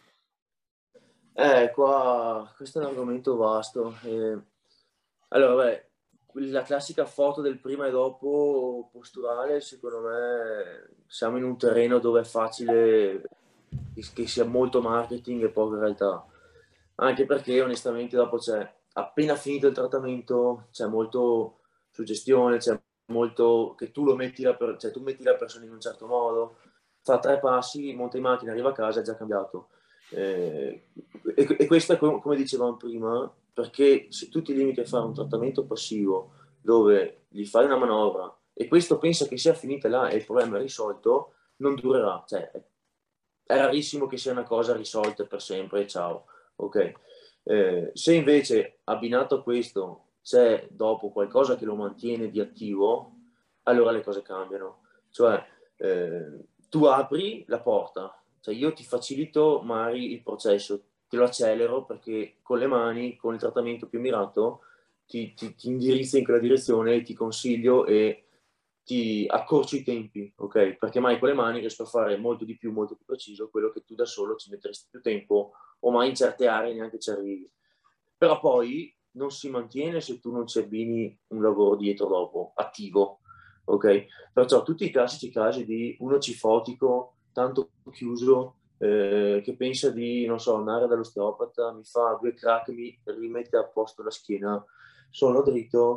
Qua questo è un argomento vasto. Allora, beh, la classica foto del prima e dopo posturale, secondo me siamo in un terreno dove è facile che sia molto marketing e poca realtà. Anche perché onestamente dopo c'è, appena finito il trattamento, c'è molto suggestione, c'è molto che tu lo metti cioè tu metti la persona in un certo modo, fa 3 passi, monta in macchina, arriva a casa, è già cambiato. E questo è come dicevamo prima, perché se tu ti limiti a fare un trattamento passivo dove gli fai una manovra e questo pensa che sia finita là e il problema è risolto, non durerà. Cioè, è rarissimo che sia una cosa risolta per sempre e ciao. Ok? Se invece abbinato a questo c'è dopo qualcosa che lo mantiene di attivo, allora le cose cambiano. Cioè, tu apri la porta, cioè io ti facilito magari il processo, te lo accelero perché con le mani, con il trattamento più mirato, ti indirizzo in quella direzione, ti consiglio e ti accorcio i tempi, ok? Perché mai con le mani riesco a fare molto di più, molto più preciso quello che tu da solo ci metteresti più tempo o mai in certe aree neanche ci arrivi. Però poi non si mantiene se tu non ci abbini un lavoro dietro dopo, attivo, ok? Perciò tutti i classici casi di uno cifotico, tanto chiuso, che pensa di, non so, andare dall'osteopata, mi fa 2 crack, mi rimette a posto la schiena, sono dritto,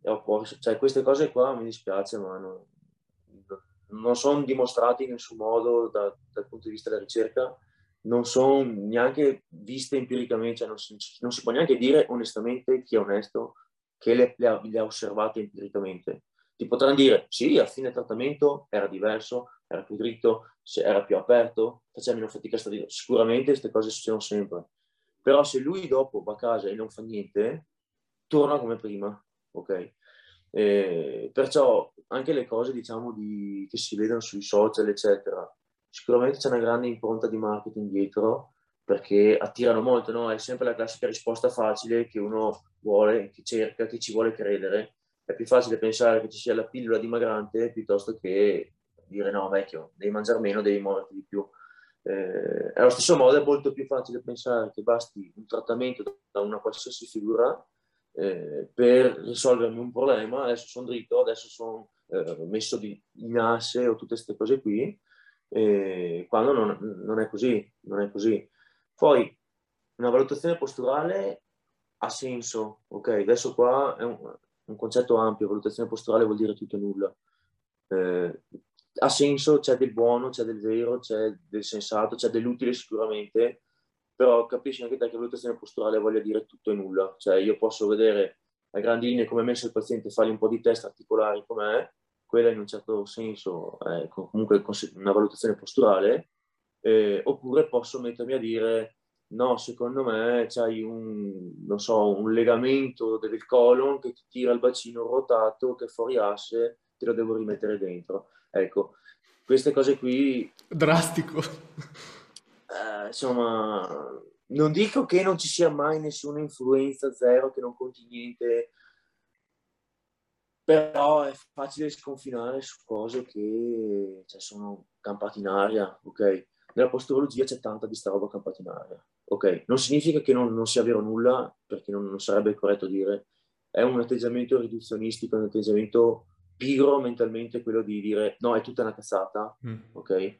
cioè, queste cose qua mi dispiace, ma non sono dimostrate in nessun modo dal punto di vista della ricerca, non sono neanche viste empiricamente, cioè non si può neanche dire onestamente, chi è onesto, che le ha osservate empiricamente. Ti potranno dire, sì, a fine trattamento era diverso, era più dritto, era più aperto, faceva meno fatica a stare. Sicuramente queste cose succedono sempre. Però se lui dopo va a casa e non fa niente, torna come prima, ok? Perciò anche le cose, diciamo, che si vedono sui social, eccetera, sicuramente c'è una grande impronta di marketing dietro, perché attirano molto, no? È sempre la classica risposta facile che uno vuole, che cerca, che ci vuole credere. È più facile pensare che ci sia la pillola dimagrante piuttosto che dire no, vecchio, devi mangiare meno, devi muoverti di più. Allo stesso modo è molto più facile pensare che basti un trattamento da una qualsiasi figura per risolvermi un problema. Adesso sono dritto, adesso sono messo in asse o tutte queste cose qui, quando non è così, non è così. Poi una valutazione posturale ha senso, ok? Adesso qua è un concetto ampio, valutazione posturale vuol dire tutto e nulla. Ha senso, c'è del buono, c'è del vero, c'è del sensato, c'è dell'utile sicuramente, però capisci anche te che valutazione posturale voglia dire tutto e nulla. Cioè io posso vedere a grandi linee come è messo il paziente, fargli un po' di test articolari com'è, quella in un certo senso è comunque una valutazione posturale, oppure posso mettermi a dire no, secondo me c'hai non so, un legamento del colon che ti tira il bacino rotato, che è fuori asse, te lo devo rimettere dentro. Ecco, queste cose qui, Drastico. insomma, non dico che non ci sia mai nessuna influenza zero, che non conti niente, però è facile sconfinare su cose che cioè, sono campate in aria, ok? Nella posturologia c'è tanta di sta roba campata in aria, ok? Non significa che non sia vero nulla, perché non sarebbe corretto dire, è un atteggiamento riduzionistico, un atteggiamento pigro mentalmente, quello di dire no, è tutta una cazzata, ok?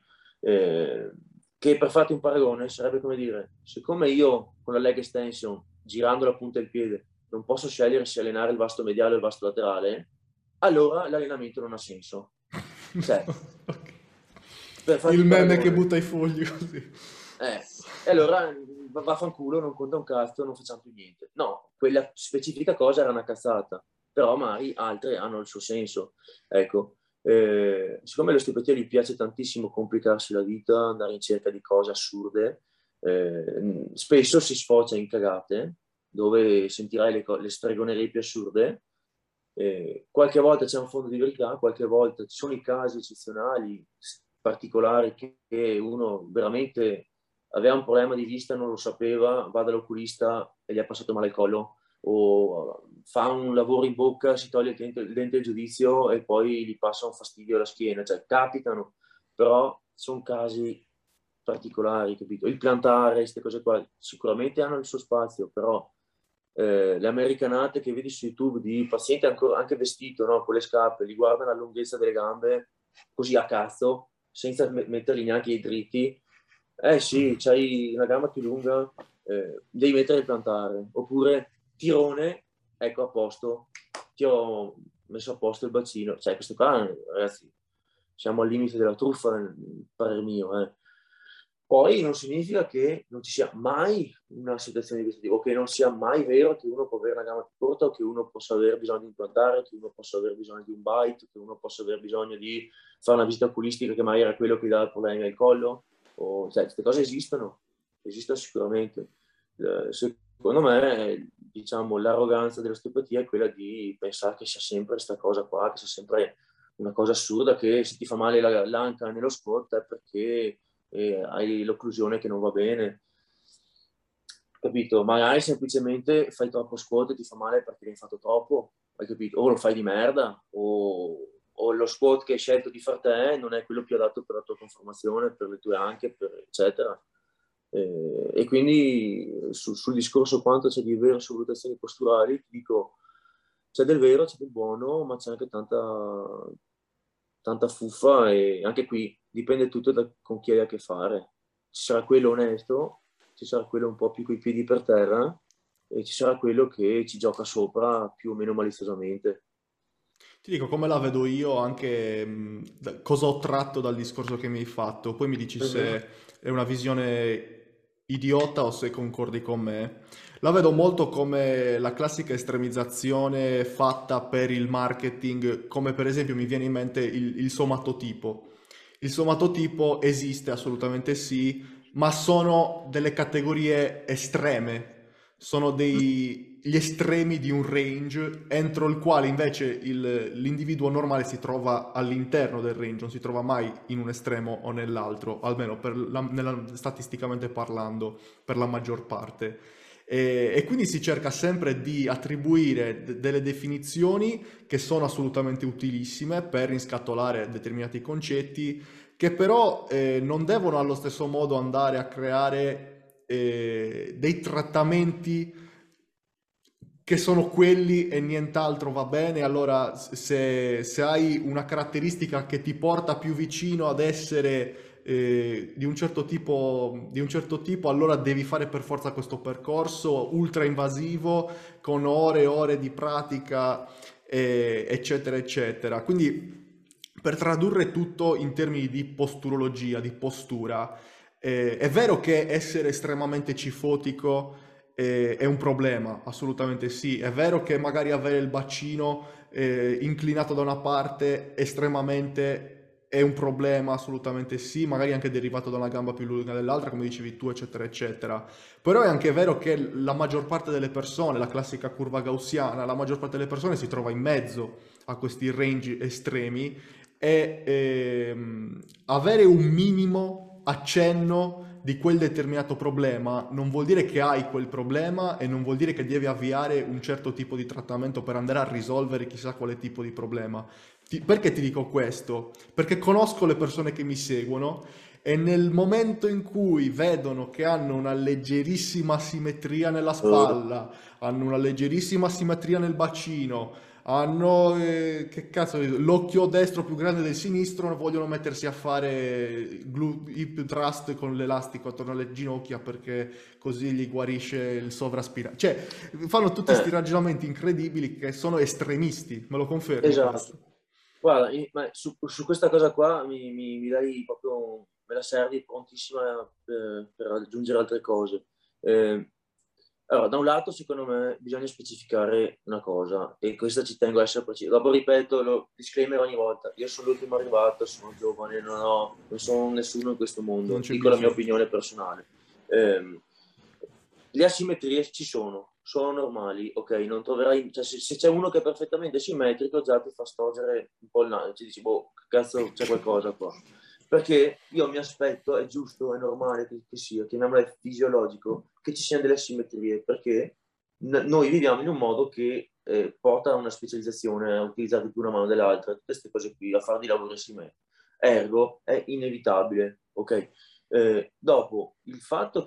Che per farti un paragone sarebbe come dire, siccome io con la leg extension, girando la punta del piede, non posso scegliere se allenare il vasto mediale o il vasto laterale, allora l'allenamento non ha senso. Cioè, Ok. per farti Il un meme che paragone, butta i fogli così. e allora vaffanculo, non conta un cazzo, non facciamo più niente. No, quella specifica cosa era una cazzata, però magari altre hanno il suo senso. Ecco, siccome all'osteopatia gli piace tantissimo complicarsi la vita, andare in cerca di cose assurde, spesso si sfocia in cagate, dove sentirai le stregonerie più assurde. Qualche volta c'è un fondo di verità, qualche volta ci sono i casi eccezionali, particolari, che uno veramente aveva un problema di vista, non lo sapeva, va dall'oculista e gli è passato male il collo, o fa un lavoro in bocca, si toglie il dente del giudizio e poi gli passa un fastidio alla schiena. Cioè, capitano, però sono casi particolari, capito? Il plantare, queste cose qua, sicuramente hanno il suo spazio, però le americanate che vedi su YouTube di pazienti anche vestito, no, con le scarpe, li guardano la lunghezza delle gambe così a cazzo, senza metterli neanche i dritti. Sì, c'hai una gamba più lunga, devi mettere il plantare. Oppure tirone, ecco a posto, ti ho messo a posto il bacino. Cioè, questo qua, ragazzi, siamo al limite della truffa, nel parere mio. Poi non significa che non ci sia mai una situazione di questo tipo, che non sia mai vero che uno può avere una gamba più corta, o che uno possa avere bisogno di implantare, che uno possa avere bisogno di un bite, che uno possa avere bisogno di fare una visita oculistica che magari era quello che dà problemi al collo. Cioè, queste cose esistono sicuramente. Secondo me, diciamo, l'arroganza dell'osteopatia è quella di pensare che sia sempre questa cosa qua, che sia sempre una cosa assurda, che se ti fa male l'anca nello squat è perché hai l'occlusione che non va bene, capito? Magari semplicemente fai troppo squat e ti fa male perché ne hai fatto troppo, hai capito? O lo fai di merda, o lo squat che hai scelto di far te non è quello più adatto per la tua conformazione, per le tue anche, eccetera. E quindi sul discorso quanto c'è di vero su valutazioni posturali, ti dico, c'è del vero, c'è del buono, ma c'è anche tanta fuffa, e anche qui dipende tutto da con chi hai a che fare. Ci sarà quello onesto, ci sarà quello un po' più coi piedi per terra, e ci sarà quello che ci gioca sopra più o meno maliziosamente. Ti dico come la vedo io, anche cosa ho tratto dal discorso che mi hai fatto, poi mi dici Mhm. se è una visione idiota o se concordi con me. La vedo molto come la classica estremizzazione fatta per il marketing, come per esempio mi viene in mente il somatotipo. Il somatotipo esiste assolutamente sì, ma sono delle categorie estreme, sono gli estremi di un range entro il quale invece l'individuo normale si trova all'interno del range, non si trova mai in un estremo o nell'altro, almeno statisticamente parlando, per la maggior parte. E quindi si cerca sempre di attribuire delle definizioni che sono assolutamente utilissime per riscatolare determinati concetti, che però non devono allo stesso modo andare a creare dei trattamenti che sono quelli e nient'altro va bene. Allora, se hai una caratteristica che ti porta più vicino ad essere di un certo tipo, allora devi fare per forza questo percorso ultra invasivo con ore e ore di pratica, eccetera, eccetera. Quindi, per tradurre tutto in termini di posturologia, di postura, è vero che essere estremamente cifotico è un problema, assolutamente sì. È vero che magari avere il bacino inclinato da una parte estremamente è un problema, assolutamente sì, magari anche derivato da una gamba più lunga dell'altra, come dicevi tu, eccetera, eccetera. Però è anche vero che la maggior parte delle persone, la classica curva gaussiana, la maggior parte delle persone si trova in mezzo a questi range estremi e avere un minimo accenno di quel determinato problema non vuol dire che hai quel problema e non vuol dire che devi avviare un certo tipo di trattamento per andare a risolvere chissà quale tipo di problema. Perché ti dico questo? Perché conosco le persone che mi seguono e nel momento in cui vedono che hanno una leggerissima simmetria nella spalla, hanno una leggerissima simmetria nel bacino, hanno, che cazzo, l'occhio destro più grande del sinistro, vogliono mettersi a fare hip thrust con l'elastico attorno alle ginocchia perché così gli guarisce il sovraspinato. Cioè, fanno tutti questi Eh, ragionamenti incredibili che sono estremisti, me lo confermi questo? esatto. Guarda, ma su questa cosa qua mi dai proprio, me la servi prontissima per aggiungere altre cose. Eh, allora, da un lato, secondo me, bisogna specificare una cosa, e questa ci tengo a essere preciso. Dopo ripeto, lo disclaimer ogni volta, io sono l'ultimo arrivato, sono giovane, non sono nessuno in questo Non mondo, c'è dico la mia bisogno. opinione personale. Ehm, le asimmetrie ci sono normali, ok? Non troverai, cioè, se c'è uno che è perfettamente simmetrico, già ti fa storgere un po' il naso, ci dici, boh, che cazzo, c'è qualcosa qua. Perché io mi aspetto, è giusto, è normale che sia, chiamiamola fisiologico, che ci siano delle asimmetrie, perché noi viviamo in un modo che porta a una specializzazione, a utilizzare più una mano dell'altra, tutte queste cose qui, a fare di lavori simmetrici. Ergo, è inevitabile, ok? Dopo, il fatto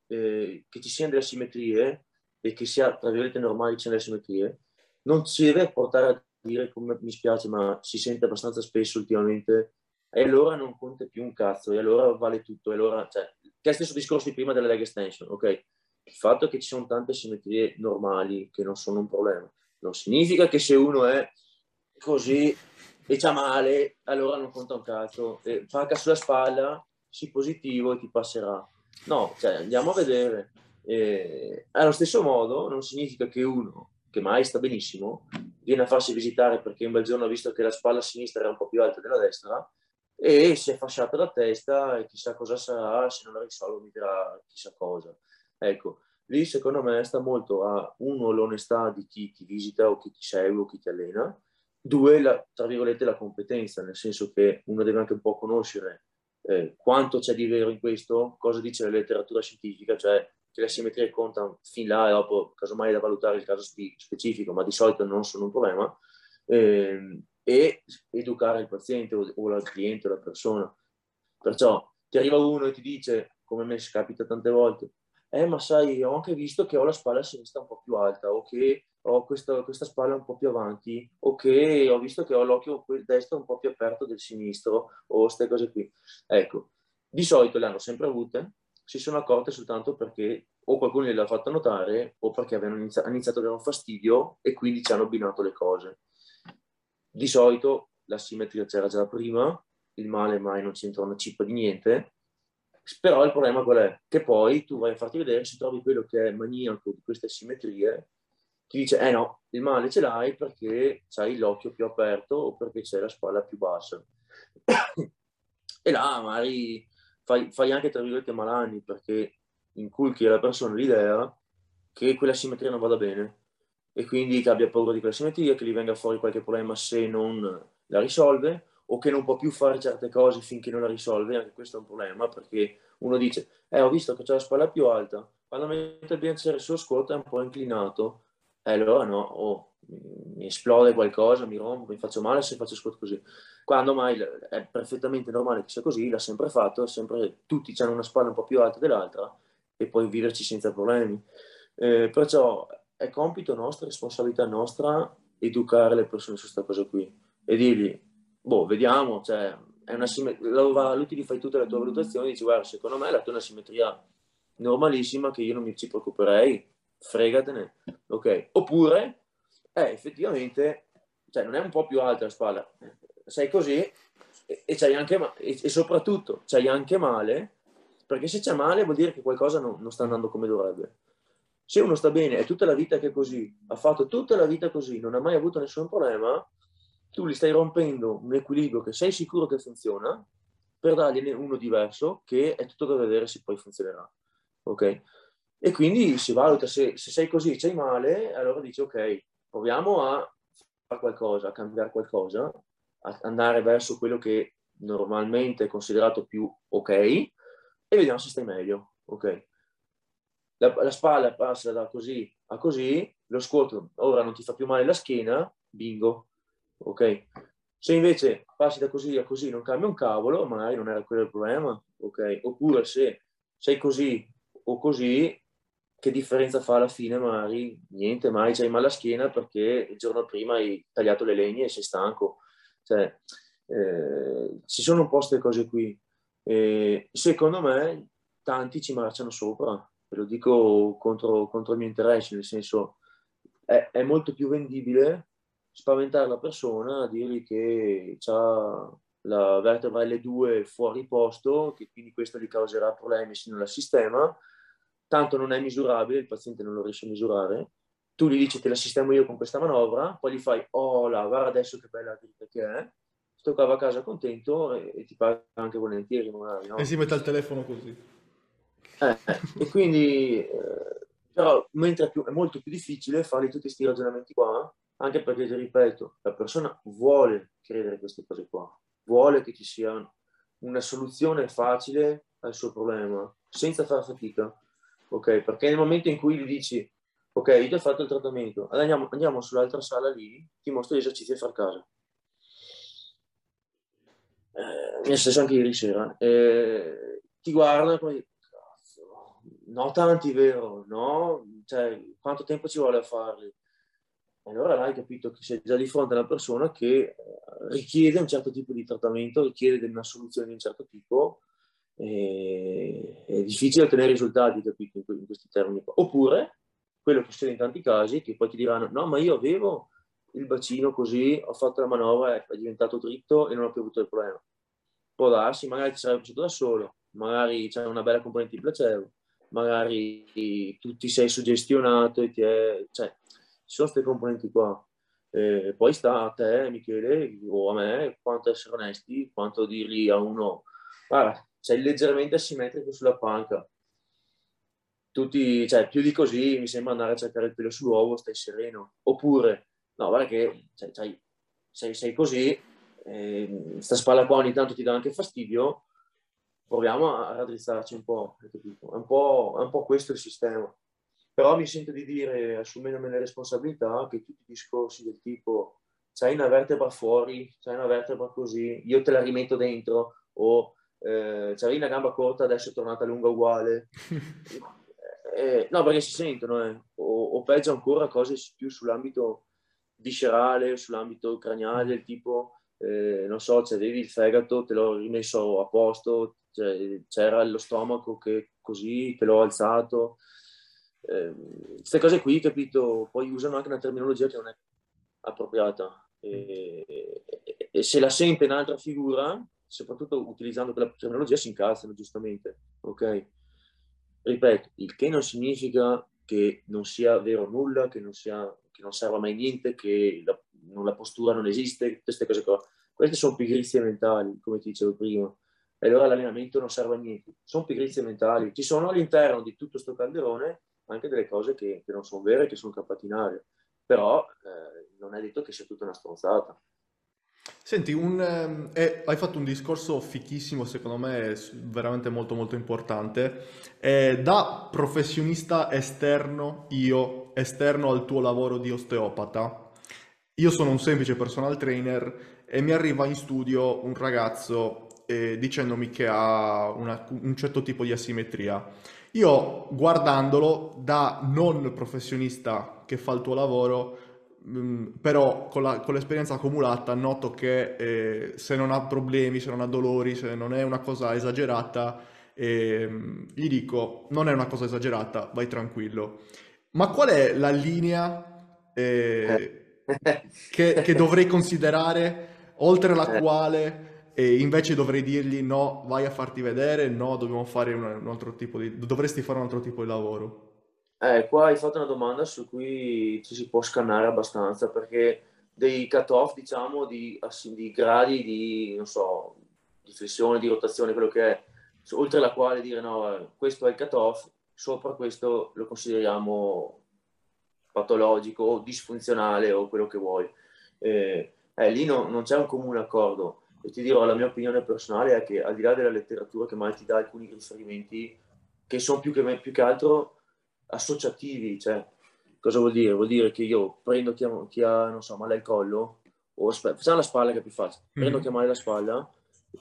che ci siano delle simmetrie e che sia, tra virgolette, normale che ci siano delle simmetrie, non ci deve portare a dire, come mi spiace, ma si sente abbastanza spesso ultimamente, e allora non conta più un cazzo, e allora vale tutto, e allora, cioè, che è lo stesso discorso di prima della leg extension, ok? Il fatto che ci sono tante simmetrie normali che non sono un problema, non significa che se uno è così e c'ha male, allora non conta un cazzo. E facca sulla spalla, sii positivo e ti passerà. No, cioè andiamo a vedere. Allo stesso modo non significa che uno che mai sta benissimo viene a farsi visitare perché un bel giorno ha visto che la spalla sinistra era un po' più alta della destra e si è fasciato la testa e chissà cosa sarà, se non la risolvo mi dirà chissà cosa. Ecco, lì secondo me sta molto a uno l'onestà di chi ti visita o chi ti segue o chi ti allena, due, tra virgolette, la competenza, nel senso che uno deve anche un po' conoscere quanto c'è di vero in questo, cosa dice la letteratura scientifica, cioè che le simmetrie contano fin là e dopo casomai è da valutare il caso specifico, ma di solito non sono un problema, e educare il paziente o il cliente o la persona. Perciò ti arriva uno e ti dice, come me si capita tante volte, ma sai, ho anche visto che ho la spalla sinistra un po' più alta, o che ho questa spalla un po' più avanti, o che ho visto che ho l'occhio destro un po' più aperto del sinistro, o queste cose qui. Ecco, di solito le hanno sempre avute, si sono accorte soltanto perché o qualcuno gliel'ha fatto notare, o perché hanno iniziato ad avere un fastidio e quindi ci hanno abbinato le cose. di solito la simmetria c'era già prima, il male mai non c'entra una cippa di niente, però il problema qual è? Che poi tu vai a farti vedere, se trovi quello che è maniaco di queste simmetrie, ti dice, no, il male ce l'hai perché hai l'occhio più aperto o perché c'è la spalla più bassa. E là magari fai anche, tra virgolette, malanni, perché inculchi alla persona l'idea che quella simmetria non vada bene e quindi che abbia paura di quella simmetria, che gli venga fuori qualche problema se non la risolve o che non può più fare certe cose finché non la risolve. Anche questo è un problema, perché uno dice, ho visto che c'è la spalla più alta, quando mette il bilanciere sullo squat è un po' inclinato, allora no, mi esplode qualcosa, mi rompo, mi faccio male se faccio squat così. Quando mai è perfettamente normale che sia così, l'ha sempre fatto, tutti hanno una spalla un po' più alta dell'altra e puoi viverci senza problemi. Perciò è compito nostro, responsabilità nostra educare le persone su questa cosa qui e dirgli, vediamo, cioè, è una lui ti fai tutte le tue valutazioni, dici, guarda, secondo me la tua è una simmetria normalissima che io non mi ci preoccuperei, fregatene, ok? Oppure, effettivamente, cioè, non è un po' più alta la spalla, sei così e c'hai anche e soprattutto c'hai anche male, perché se c'è male vuol dire che qualcosa non sta andando come dovrebbe. Se uno sta bene, è tutta la vita che è così, ha fatto tutta la vita così, non ha mai avuto nessun problema, tu gli stai rompendo un equilibrio che sei sicuro che funziona per dargli uno diverso che è tutto da vedere se poi funzionerà. Ok? E quindi si valuta se sei così, c'hai male, allora dici ok, proviamo a fare qualcosa, a cambiare qualcosa, a andare verso quello che normalmente è considerato più ok e vediamo se stai meglio. Ok? La spalla passa da così a così, lo squat ora non ti fa più male la schiena, bingo, ok? Se invece passi da così a così non cambia un cavolo, magari non era quello il problema, ok? Oppure se sei così o così, che differenza fa alla fine? Magari niente, mai c'hai male alla schiena perché il giorno prima hai tagliato le legne e sei stanco. Cioè, ci sono un po' queste cose qui. Secondo me tanti ci marciano sopra, ve lo dico contro il mio interesse, nel senso è molto più vendibile spaventare la persona, dirgli che ha la vertebra L2 fuori posto, che quindi questo gli causerà problemi se non la sistema, tanto non è misurabile, il paziente non lo riesce a misurare, tu gli dici te la sistemo io con questa manovra, poi gli fai, oh là, guarda adesso che bella dritta che è, toccava a casa contento e ti paga anche volentieri magari, E no? si mette al telefono così. E quindi, però, mentre è molto più difficile fare tutti questi ragionamenti qua, anche perché, ti ripeto, la persona vuole credere queste cose qua, vuole che ci sia una soluzione facile al suo problema, senza fare fatica, ok? Perché nel momento in cui gli dici, ok, io ti ho fatto il trattamento, andiamo sull'altra sala lì, ti mostro gli esercizi da fare a casa. Mi è successo anche ieri sera, ti guarda e poi, cazzo, no tanti, vero? No? Cioè, quanto tempo ci vuole a farli? E allora là hai capito che sei già di fronte a una persona che richiede un certo tipo di trattamento, richiede una soluzione di un certo tipo, e è difficile ottenere risultati, capito, in questi termini qua. Oppure, quello che succede in tanti casi, che poi ti diranno, no, ma io avevo il bacino così, ho fatto la manovra, è diventato dritto e non ho più avuto il problema. Può darsi, magari ti sarebbe piaciuto da solo, magari c'è una bella componente di placebo, magari tu ti sei suggestionato e cioè, ci sono queste componenti qua. Poi sta a te, Michele, o a me, quanto essere onesti, quanto dirgli a uno, guarda, sei leggermente asimmetrico sulla panca. Tutti, cioè, più di così mi sembra andare a cercare il pelo sull'uovo, stai sereno. Oppure, no, guarda che cioè, sei così, sta spalla qua ogni tanto ti dà anche fastidio, proviamo a raddrizzarci un po', hai capito? È un po' questo il sistema. Però mi sento di dire, assumendomi le responsabilità, che tutti i discorsi del tipo c'hai una vertebra fuori, c'hai una vertebra così, io te la rimetto dentro, o c'avevi una gamba corta, adesso è tornata lunga uguale. No, perché si sentono, o peggio ancora cose più sull'ambito viscerale, sull'ambito craniale, del tipo, non so, c'avevi il fegato, te l'ho rimesso a posto, c'era lo stomaco che così, te l'ho alzato. Queste cose qui, capito, poi usano anche una terminologia che non è appropriata. e se la sente un'altra figura, soprattutto utilizzando quella terminologia, si incazzano giustamente, ok? Ripeto, il che non significa che non sia vero nulla, che non serva mai niente, che la postura non esiste, queste cose qua. Queste sono pigrizie mentali, come ti dicevo prima. E allora l'allenamento non serve a niente. Sono pigrizie mentali. Ci sono all'interno di tutto questo calderone anche delle cose che non sono vere, che sono campate in aria. Però non è detto che sia tutta una stronzata. Senti, hai fatto un discorso fichissimo, secondo me, veramente molto molto importante. Da professionista esterno, io, esterno al tuo lavoro di osteopata, io sono un semplice personal trainer e mi arriva in studio un ragazzo dicendomi che ha un certo tipo di asimmetria. Io guardandolo da non professionista che fa il tuo lavoro, però con l'esperienza accumulata noto che se non ha problemi, se non ha dolori, se non è una cosa esagerata, gli dico non è una cosa esagerata, vai tranquillo. Ma qual è la linea che dovrei considerare oltre la quale invece dovrei dirgli no, vai a farti vedere, no, dobbiamo fare un altro tipo dovresti fare un altro tipo di lavoro? Qua hai fatto una domanda su cui ci si può scannare abbastanza, perché dei cut-off, diciamo, di gradi di, non so, di flessione, di rotazione, quello che è, oltre la quale dire no, questo è il cut-off, sopra questo lo consideriamo patologico o disfunzionale o quello che vuoi. Lì non c'è un comune accordo. E ti dirò, la mia opinione personale è che al di là della letteratura che mai ti dà alcuni riferimenti che sono più che altro associativi, cioè cosa vuol dire? Vuol dire che io prendo chi ha non so, male al collo, facciamo la spalla che è più facile, prendo chi ha Mhm. male alla spalla,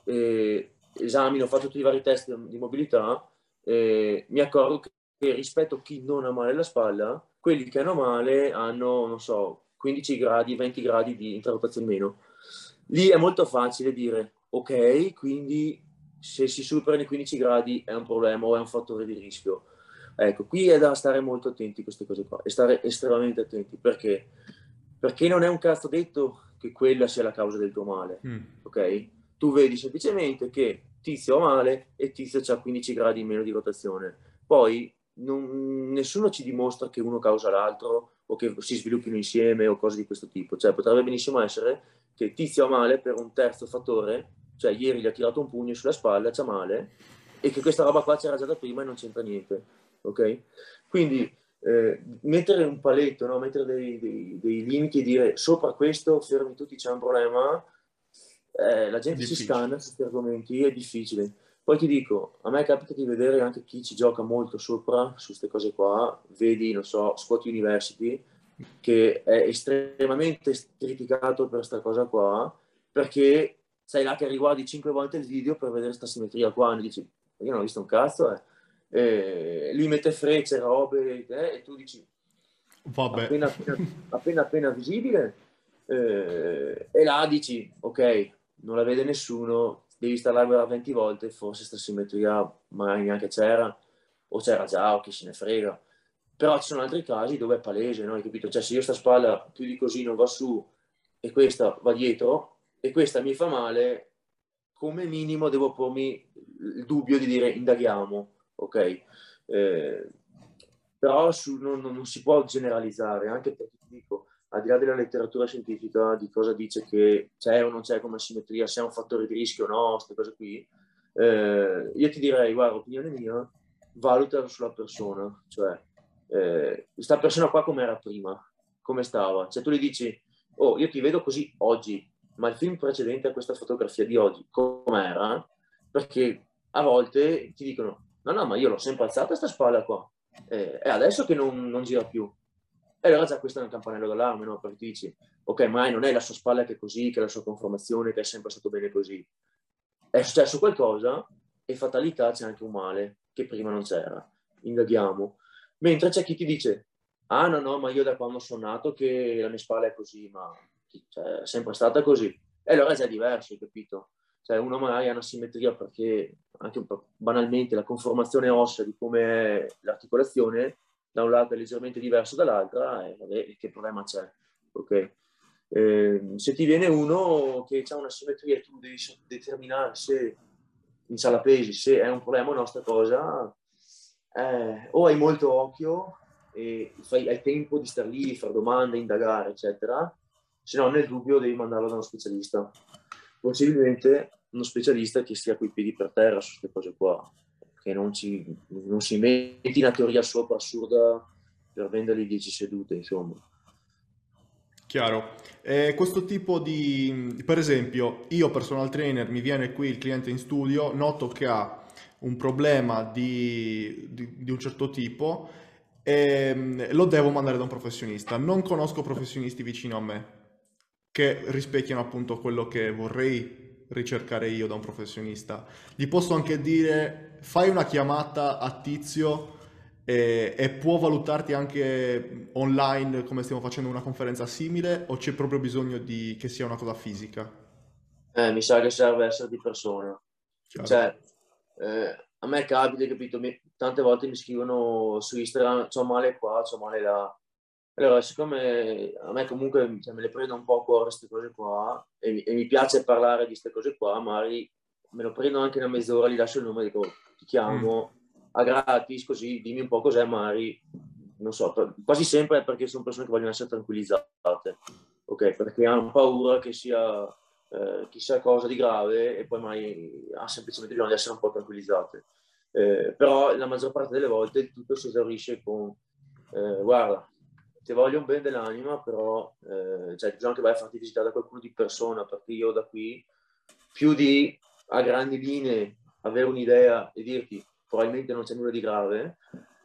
esamino, faccio tutti i vari test di mobilità, mi accorgo che rispetto a chi non ha male alla spalla, quelli che hanno male hanno, non so, 15 gradi, 20 gradi di interrotazione in meno. Lì è molto facile dire, ok, quindi se si superano i 15 gradi è un problema o è un fattore di rischio. Ecco, qui è da stare molto attenti a queste cose qua, e stare estremamente attenti, perché? Perché non è un cazzo detto che quella sia la causa del tuo male, Mm. ok? Tu vedi semplicemente che Tizio ha male e Tizio ha 15 gradi in meno di rotazione. Poi nessuno ci dimostra che uno causa l'altro o che si sviluppino insieme o cose di questo tipo. Cioè, potrebbe benissimo essere che Tizio ha male per un terzo fattore, cioè ieri gli ha tirato un pugno sulla spalla, c'ha male, e che questa roba qua c'era già da prima e non c'entra niente, ok? Quindi mettere un paletto, no? Mettere dei limiti e dire sopra questo fermi tutti, c'è un problema, la È gente si difficile. scanna su questi argomenti, è difficile. Poi ti dico, a me capita di vedere anche chi ci gioca molto sopra su queste cose qua, vedi, non so, Squat University, che è estremamente criticato per questa cosa qua, perché sei là che riguardi 5 volte il video per vedere questa simmetria qua, e dici, io non ho visto un cazzo, lui mette frecce, robe, e tu dici, Vabbè. appena visibile, e là dici, ok, non la vede nessuno, devi stare là a guardare 20 volte, forse sta simmetria magari neanche c'era, o c'era già, o chi se ne frega. Però ci sono altri casi dove è palese, no? Hai capito? Cioè, se io sta spalla più di così non va su e questa va dietro e questa mi fa male, come minimo devo pormi il dubbio di dire indaghiamo, ok? Eh, però non si può generalizzare, anche perché ti dico, al di là della letteratura scientifica, di cosa dice che c'è o non c'è come simmetria, se è un fattore di rischio o no, queste cose qui, io ti direi, guarda, opinione mia, valuta sulla persona, cioè, questa persona qua come era prima, come stava, cioè tu gli dici, oh, io ti vedo così oggi, ma il film precedente a questa fotografia di oggi, com'era? Perché a volte ti dicono, no, no, ma io l'ho sempre alzata questa spalla qua, è adesso che non gira più. E allora già questo è un campanello d'allarme, no? Perché ti dici, ok, ma non è la sua spalla che è così, che è la sua conformazione, che è sempre stato bene così. È successo qualcosa e fatalità c'è anche un male che prima non c'era. Indaghiamo. Mentre c'è chi ti dice, ah no, no, ma io da quando sono nato che la mia spalla è così, ma cioè, è sempre stata così. E allora è già diverso, hai capito? Cioè uno magari ha una simmetria perché anche banalmente la conformazione ossea di come è l'articolazione da un lato è leggermente diverso dall'altra e vabbè, che problema c'è? Ok? Se ti viene uno che ha una simmetria, tu devi determinare se in sala pesi, se è un problema o no sta cosa, o hai molto occhio e hai tempo di star lì, fare domande, indagare, eccetera, se no nel dubbio devi mandarlo da uno specialista. Possibilmente uno specialista che stia coi piedi per terra su queste cose qua, che non si inventi una teoria sopra assurda per vendergli 10 sedute, insomma. Chiaro. Questo tipo di, per esempio, io personal trainer, mi viene qui il cliente in studio, noto che ha un problema di un certo tipo e lo devo mandare da un professionista. Non conosco professionisti vicino a me che rispecchiano appunto quello che vorrei ricercare io da un professionista. Gli posso anche dire, fai una chiamata a Tizio e può valutarti anche online come stiamo facendo una conferenza simile o c'è proprio bisogno di che sia una cosa fisica? Mi sa che serve essere di persona. Chiaro. Cioè, a me capita, capito? Tante volte mi scrivono su Instagram, c'ho male qua, c'ho male là. Allora, siccome a me comunque cioè, me le prendo un po' a cuore queste cose qua e mi piace parlare di queste cose qua, magari me lo prendo anche una mezz'ora, gli lascio il numero e dico ti Mm, chiamo a gratis, così dimmi un po' cos'è, magari, non so, quasi sempre è perché sono persone che vogliono essere tranquillizzate, ok? Perché hanno paura che sia chissà cosa di grave e poi mai ha semplicemente bisogno di essere un po' tranquillizzate. Però la maggior parte delle volte tutto si esaurisce con guarda, ti voglio un bene dell'anima, però cioè, bisogna che vai a farti visitare da qualcuno di persona, perché io da qui, più di a grandi linee avere un'idea e dirti probabilmente non c'è nulla di grave,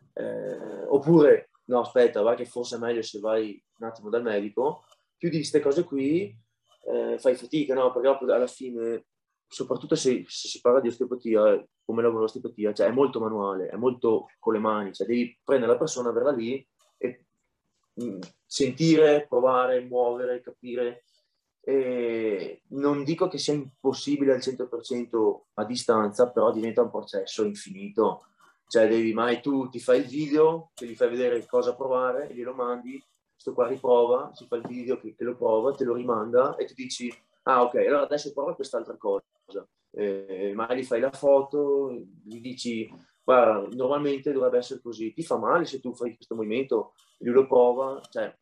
oppure no aspetta, va che forse è meglio se vai un attimo dal medico, più di queste cose qui fai fatica, no? Perché alla fine, soprattutto se si parla di osteopatia, come lavoro l'osteopatia, cioè è molto manuale, è molto con le mani, cioè devi prendere la persona, averla lì e sentire, provare, muovere, capire. E non dico che sia impossibile al 100% a distanza, però diventa un processo infinito. Cioè, devi mai tu ti fai il video, che gli fai vedere cosa provare e glielo mandi, sto qua riprova, si fa il video che lo prova, te lo rimanda e tu dici, ah ok, allora adesso prova quest'altra cosa. Magari gli fai la foto, gli dici, guarda, normalmente dovrebbe essere così, ti fa male se tu fai questo movimento, lui lo prova, cioè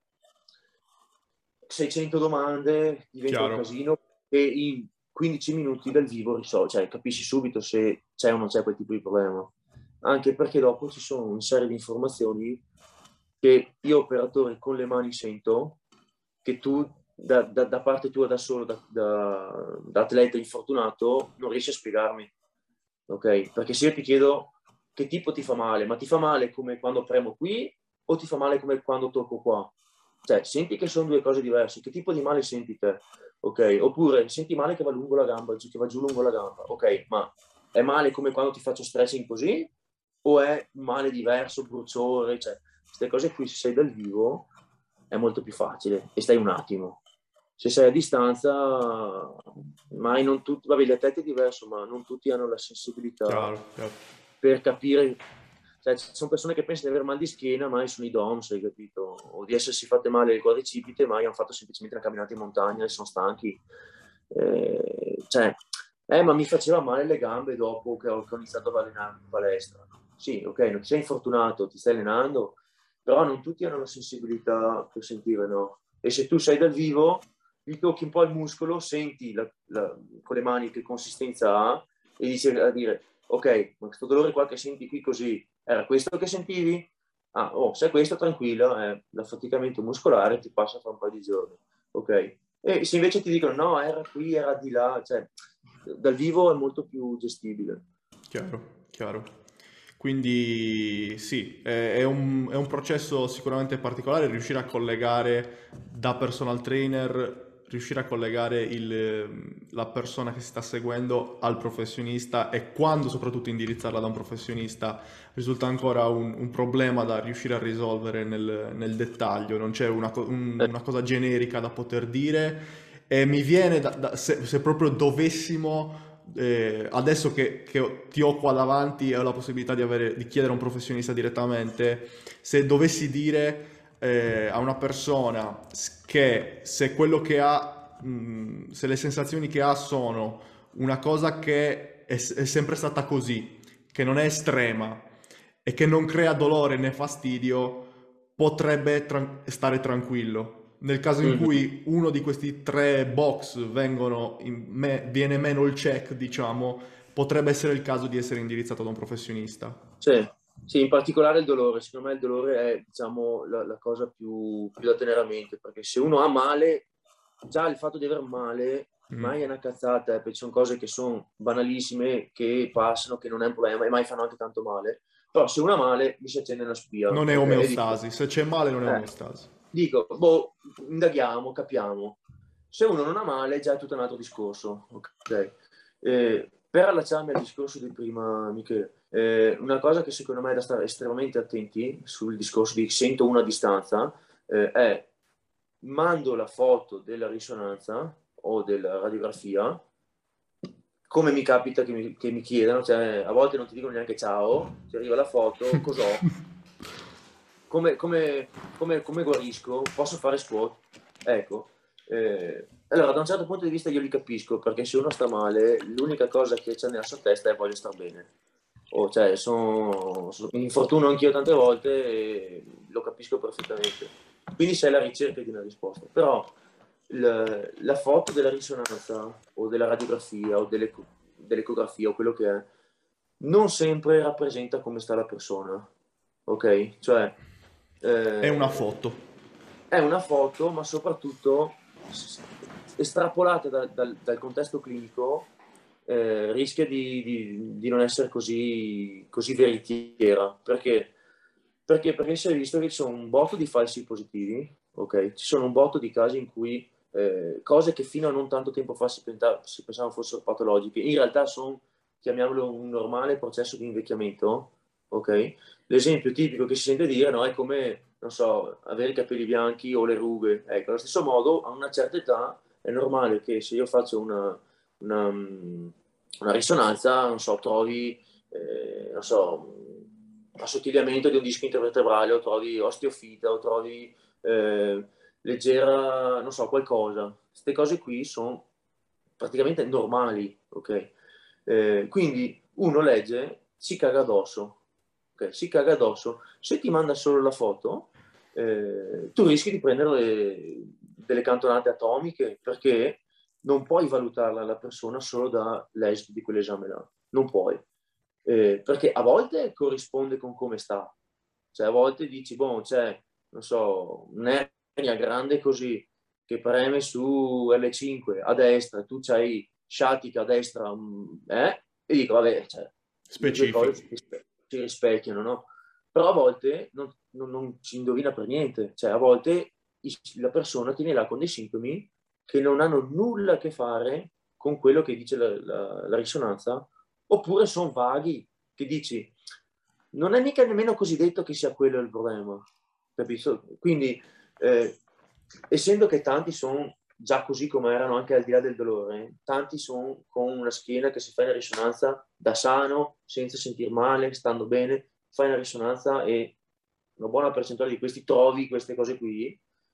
600 domande, diventa un chiaro. casino e in 15 minuti dal vivo risolvi, cioè capisci subito se c'è o non c'è quel tipo di problema. Anche perché dopo ci sono una serie di informazioni che io operatore con le mani sento che tu da parte tua da solo, da atleta infortunato, non riesci a spiegarmi. Ok? Perché se io ti chiedo che tipo ti fa male, ma ti fa male come quando premo qui o ti fa male come quando tocco qua? Cioè, senti che sono due cose diverse. Che tipo di male senti te? Ok? Oppure senti male che va lungo la gamba, cioè che va giù lungo la gamba. Ok, ma è male come quando ti faccio stretching così? O è un male diverso, bruciore? Cioè, queste cose qui, se sei dal vivo, è molto più facile e stai un attimo. Se sei a distanza, mai non tutti, vabbè, gli atleti è diverso, ma non tutti hanno la sensibilità Chiaro, chiaro. per capire. Cioè, ci sono persone che pensano di avere mal di schiena, ma sono i DOMS, hai capito? O di essersi fatte male il quadricipite, ma hanno fatto semplicemente una camminata in montagna e sono stanchi. Cioè, ma mi faceva male le gambe dopo che ho iniziato ad allenarmi in palestra. Sì, ok, non ti sei infortunato, ti stai allenando, però non tutti hanno la sensibilità per sentire, no? E se tu sei dal vivo, gli tocchi un po' il muscolo, senti con le mani che consistenza ha e dici a dire, ok, ma questo dolore qua che senti qui così, era questo che sentivi? Ah, oh, se è questo tranquillo, l'affaticamento muscolare ti passa fra un paio di giorni, ok? E se invece ti dicono no, era qui, era di là, cioè dal vivo è molto più gestibile. Chiaro, chiaro. Quindi sì, è un processo sicuramente particolare riuscire a collegare da personal trainer, riuscire a collegare la persona che si sta seguendo al professionista e quando soprattutto indirizzarla da un professionista risulta ancora un problema da riuscire a risolvere nel dettaglio, non c'è una cosa generica da poter dire e mi viene se proprio dovessimo adesso che ti ho qua davanti e ho la possibilità di chiedere a un professionista direttamente, se dovessi dire a una persona che se quello che ha, se le sensazioni che ha sono una cosa che è sempre stata così, che non è estrema e che non crea dolore né fastidio, potrebbe stare tranquillo. Nel caso in Mhm. cui uno di questi tre box viene meno il check, diciamo, potrebbe essere il caso di essere indirizzato da un professionista. Sì, sì, in particolare il dolore. Secondo me il dolore è, diciamo, la cosa più da tenere a mente, perché se uno ha male, già il fatto di aver male, mai è Mm. una cazzata, perché ci sono cose che sono banalissime, che passano, che non è un problema, e mai fanno anche tanto male. Però se uno ha male, mi si accende una spia, Non è ok? E dico, omeostasi, se c'è male non è eh, omeostasi. boh, indaghiamo, capiamo. Se uno non ha male, già è tutto un altro discorso, ok? Per allacciarmi al discorso di prima, Michele, una cosa che secondo me è da stare estremamente attenti sul discorso di sento una distanza è mando la foto della risonanza o della radiografia, come mi capita che mi chiedano, cioè a volte non ti dicono neanche ciao, ti arriva la foto, cos'ho? Come guarisco? Posso fare squat? Ecco, allora da un certo punto di vista io li capisco, perché se uno sta male, l'unica cosa che c'è nella sua testa è voglio star bene. O cioè, mi infortuno anch'io tante volte e lo capisco perfettamente. Quindi sei alla ricerca di una risposta. Però la foto della risonanza o della radiografia o dell'ecografia o quello che è, non sempre rappresenta come sta la persona, ok? Cioè, È una eh, foto. è una foto, ma soprattutto estrapolata dal contesto clinico, rischia di non essere così veritiera. Perché si è visto che ci sono un botto di falsi positivi, ok? Ci sono un botto di casi in cui cose che fino a non tanto tempo fa si pensavano fossero patologiche, in realtà sono, chiamiamolo, un normale processo di invecchiamento, ok? L'esempio tipico che si sente dire, no, è come, non so, avere i capelli bianchi o le rughe. Ecco, allo stesso modo, a una certa età è normale che se io faccio una risonanza, non so, trovi, non so, assottigliamento di un disco intervertebrale, o trovi osteofita, o trovi leggera, non so, qualcosa. Queste cose qui sono praticamente normali, ok? Quindi uno legge, si caga addosso, ok? Si caga addosso. Se ti manda solo la foto, tu rischi di prendere delle cantonate atomiche, perché non puoi valutarla la persona solo dall'esito di quell'esame là. Non puoi. Perché a volte corrisponde con come sta. Cioè, a volte dici, boh, c'è, non so, un'ernia grande così, che preme su L5 a destra, tu c'hai sciatica a destra, e dico, vabbè, cioè, le due cose Specifico. si rispecchiano, no? Però a volte non si indovina per niente. Cioè, a volte la persona tiene là con dei sintomi che non hanno nulla a che fare con quello che dice la risonanza, oppure sono vaghi, che dici, non è mica nemmeno così detto che sia quello il problema, capisco? Quindi, essendo che tanti sono già così come erano anche al di là del dolore, tanti sono con una schiena che si fa in risonanza da sano, senza sentir male, stando bene, fai una risonanza e una buona percentuale di questi trovi queste cose qui,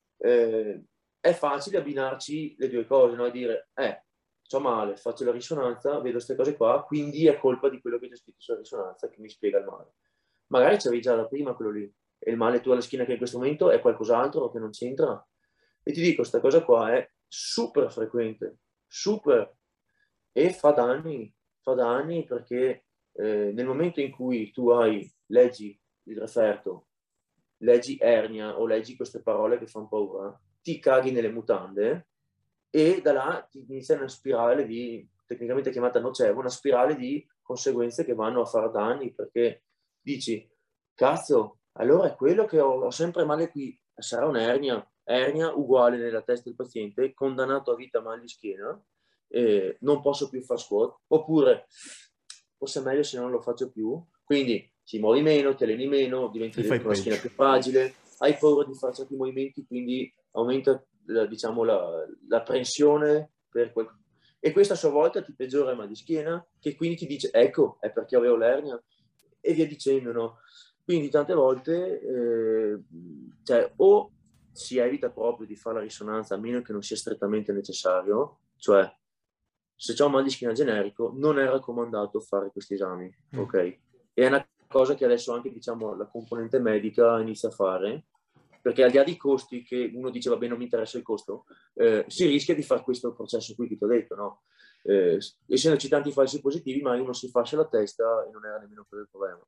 è facile abbinarci le due cose, no? E dire, c'ho male, faccio la risonanza, vedo queste cose qua, quindi è colpa di quello che c'è scritto sulla risonanza che mi spiega il male. Magari c'avevi già da prima quello lì, e il male tu alla schiena che in questo momento è qualcos'altro che non c'entra. E ti dico, questa cosa qua è super frequente, super, e fa danni perché nel momento in cui tu leggi il referto, leggi ernia o leggi queste parole che fanno paura, ti caghi nelle mutande e da là ti inizia una spirale tecnicamente chiamata nocebo, una spirale di conseguenze che vanno a far danni, perché dici, cazzo, allora è quello che ho sempre male qui, sarà ernia uguale nella testa del paziente, condannato a vita mal di schiena, non posso più far squat, oppure forse è meglio se non lo faccio più, quindi ti muovi meno, ti alleni meno, E fai diventi con la schiena peggio. più fragile, hai paura di fare certi movimenti, quindi aumenta diciamo, l'apprensione per quel. E questo a sua volta ti peggiora il mal di schiena, che quindi ti dice, ecco, è perché avevo l'ernia, e via dicendo, no? Quindi tante volte cioè, o si evita proprio di fare la risonanza a meno che non sia strettamente necessario, cioè se c'è un mal di schiena generico non è raccomandato fare questi esami, ok? E è una cosa che adesso anche diciamo la componente medica inizia a fare, perché al di là dei costi che uno dice vabbè non mi interessa il costo, si rischia di fare questo processo qui che ti ho detto, no? Essendoci tanti falsi positivi, ma uno si fascia la testa e non era nemmeno quello il problema.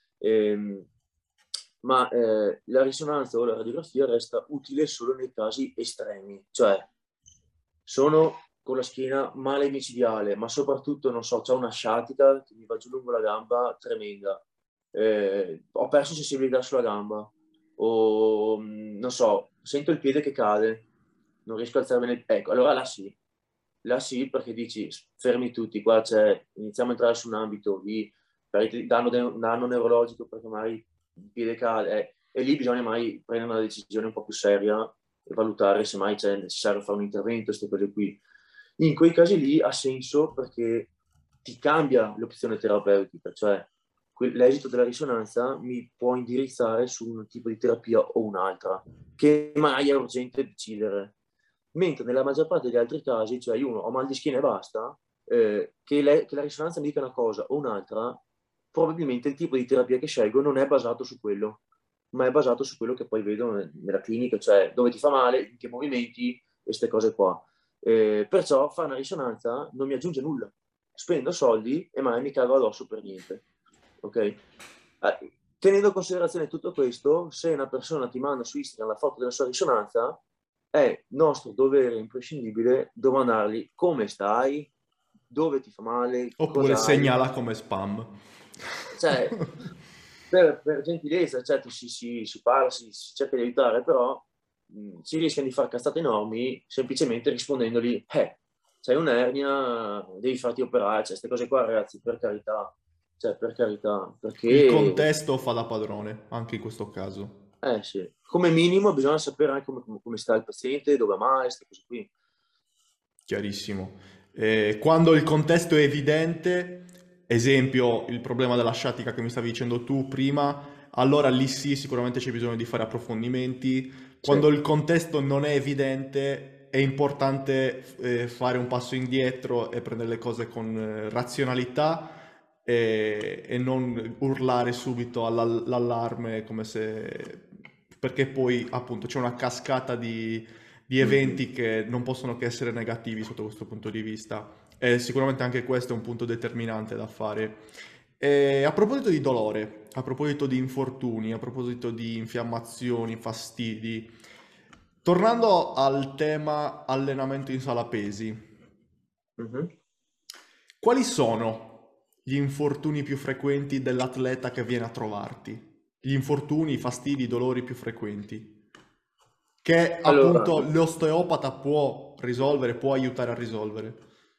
Ma la risonanza o la radiografia resta utile solo nei casi estremi, cioè sono con la schiena male micidiale, ma soprattutto, non so, c'è una sciatica che mi va giù lungo la gamba tremenda, ho perso sensibilità sulla gamba, o non so, sento il piede che cade, non riesco a alzare bene, ecco, allora là sì perché dici fermi tutti, qua iniziamo a entrare su un ambito di danno neurologico perché magari il piede cade, e lì bisogna mai prendere una decisione un po' più seria e valutare se mai c'è necessario fare un intervento, queste cose qui. In quei casi lì ha senso perché ti cambia l'opzione terapeutica, cioè l'esito della risonanza mi può indirizzare su un tipo di terapia o un'altra, che mai è urgente decidere. Mentre nella maggior parte degli altri casi, cioè io ho mal di schiena e basta, che la risonanza mi dica una cosa o un'altra, probabilmente il tipo di terapia che scelgo non è basato su quello, ma è basato su quello che poi vedo nella clinica, cioè dove ti fa male, in che movimenti e queste cose qua. Perciò fare una risonanza non mi aggiunge nulla. Spendo soldi e mai mi cago addosso per niente. Ok? Tenendo in considerazione tutto questo, se una persona ti manda su Instagram la foto della sua risonanza, è nostro dovere imprescindibile domandargli come stai, dove ti fa male, Oppure cosa hai. segnala come spam. Cioè, per gentilezza, certo si parla, si cerca di aiutare, però si rischiano di fare cazzate enormi semplicemente rispondendogli, c'hai un'ernia, devi farti operare, cioè, queste cose qua, ragazzi, per carità, Il perché, contesto fa da padrone, anche in questo caso. sì, come minimo bisogna sapere anche come sta il paziente, dove va, queste cose qui. Chiarissimo. Quando il contesto è evidente, esempio il problema della sciatica che mi stavi dicendo tu prima, allora lì sì, sicuramente c'è bisogno di fare approfondimenti. Sì. Quando il contesto non è evidente, è importante fare un passo indietro e prendere le cose con razionalità e non urlare subito all'allarme come se... perché poi appunto c'è una cascata di Mhm. eventi che non possono che essere negativi sotto questo punto di vista. E sicuramente anche questo è un punto determinante da fare. E a proposito di dolore, a proposito di infortuni, a proposito di infiammazioni, fastidi, tornando al tema allenamento in sala pesi, Mhm. quali sono gli infortuni più frequenti dell'atleta che viene a trovarti? Gli infortuni, i fastidi, i dolori più frequenti? Che Allora, appunto l'osteopata può risolvere, può aiutare a risolvere.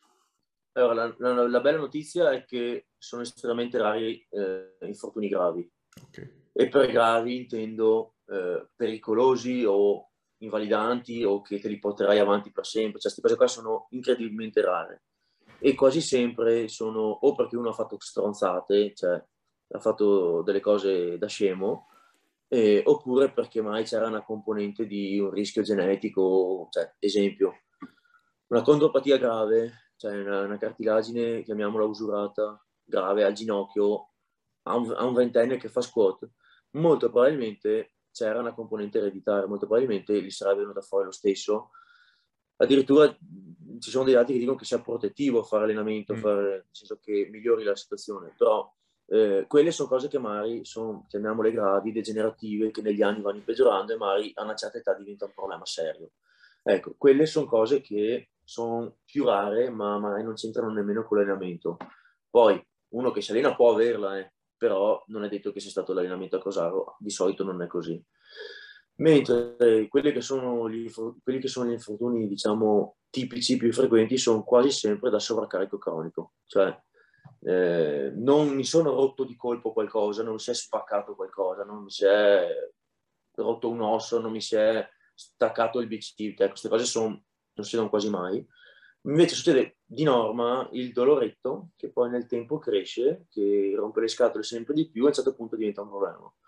la bella notizia è che sono estremamente rari infortuni gravi. Ok. E per gravi intendo pericolosi o invalidanti o che te li porterai avanti per sempre. Cioè, queste cose qua sono incredibilmente rare. E quasi sempre sono o perché uno ha fatto stronzate, cioè ha fatto delle cose da scemo, oppure perché mai c'era una componente di un rischio genetico, cioè, esempio, una condropatia grave, cioè una cartilagine, chiamiamola usurata, grave al ginocchio, a un ventenne che fa squat, molto probabilmente c'era una componente ereditaria, molto probabilmente gli sarebbe venuta fuori lo stesso. Addirittura ci sono dei dati che dicono che sia protettivo fare allenamento, Mm. nel senso che migliori la situazione, però quelle sono cose che magari sono, chiamiamole gravi, degenerative, che negli anni vanno peggiorando e magari a una certa età diventa un problema serio. Ecco, quelle sono cose che sono più rare, ma magari non c'entrano nemmeno con l'allenamento. Poi, uno che si allena può averla, però non è detto che sia stato l'allenamento a causarlo, di solito non è così. Mentre quelli che sono gli infortuni, diciamo, tipici più frequenti sono quasi sempre da sovraccarico cronico, cioè non mi sono rotto di colpo qualcosa, non mi si è spaccato qualcosa, non mi si è rotto un osso, non mi si è staccato il bicipite, ecco, queste cose non succedono quasi mai. Invece succede di norma il doloretto, che poi nel tempo cresce, che rompe le scatole sempre di più e a un certo punto diventa un problema.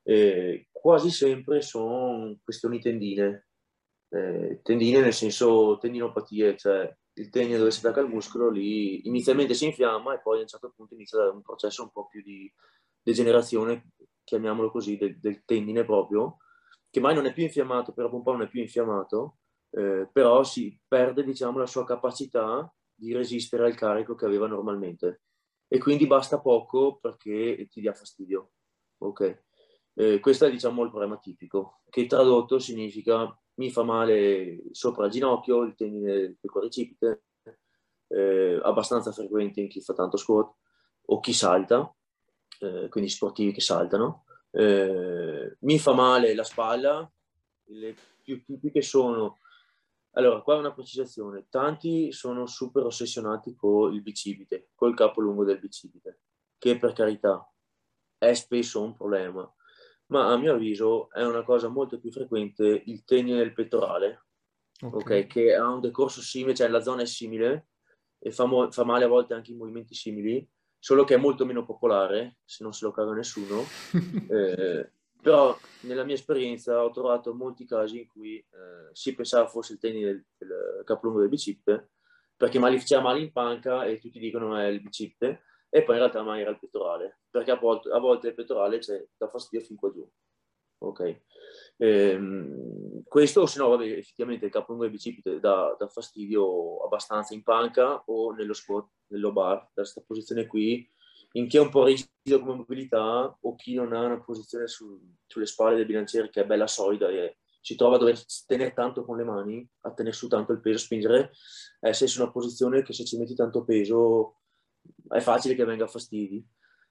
Quasi sempre sono questioni tendine, tendine nel senso tendinopatie, cioè il tendine dove si attacca il muscolo lì inizialmente si infiamma e poi a un certo punto inizia un processo un po' più di degenerazione, chiamiamolo così, del tendine proprio, che mai non è più infiammato, per un po' non è più infiammato, però si perde, diciamo, la sua capacità di resistere al carico che aveva normalmente. E quindi basta poco perché ti dia fastidio. Ok? Questo è, diciamo, il problema tipico, che tradotto significa mi fa male sopra il ginocchio, il tendine del quadricipite, abbastanza frequente in chi fa tanto squat o chi salta, quindi sportivi che saltano. Mi fa male la spalla, le più tipiche sono... Allora, qua è una precisazione. Tanti sono super ossessionati con il bicipite, col capo lungo del bicipite, che per carità è spesso un problema, ma a mio avviso è una cosa molto più frequente il tendine del pettorale, ok, che ha un decorso simile, cioè la zona è simile e fa male a volte anche in movimenti simili, solo che è molto meno popolare, se non se lo caga nessuno. Però nella mia esperienza ho trovato molti casi in cui si pensava fosse il tendine del capolungo del bicipite, perché faceva male in panca e tutti dicono è il bicipite, e poi in realtà mai era il pettorale, perché a volte il pettorale dà fastidio fin qua giù. Ok. Questo, se no, vabbè, effettivamente il capolungo del bicipite dà fastidio abbastanza in panca o nello squat, nello bar, da questa posizione qui, in chi è un po' rigido come mobilità o chi non ha una posizione sulle spalle del bilanciere che è bella solida e si trova a dover tenere tanto con le mani, a tenere su tanto il peso, spingere, è una posizione che se ci metti tanto peso è facile che venga fastidi.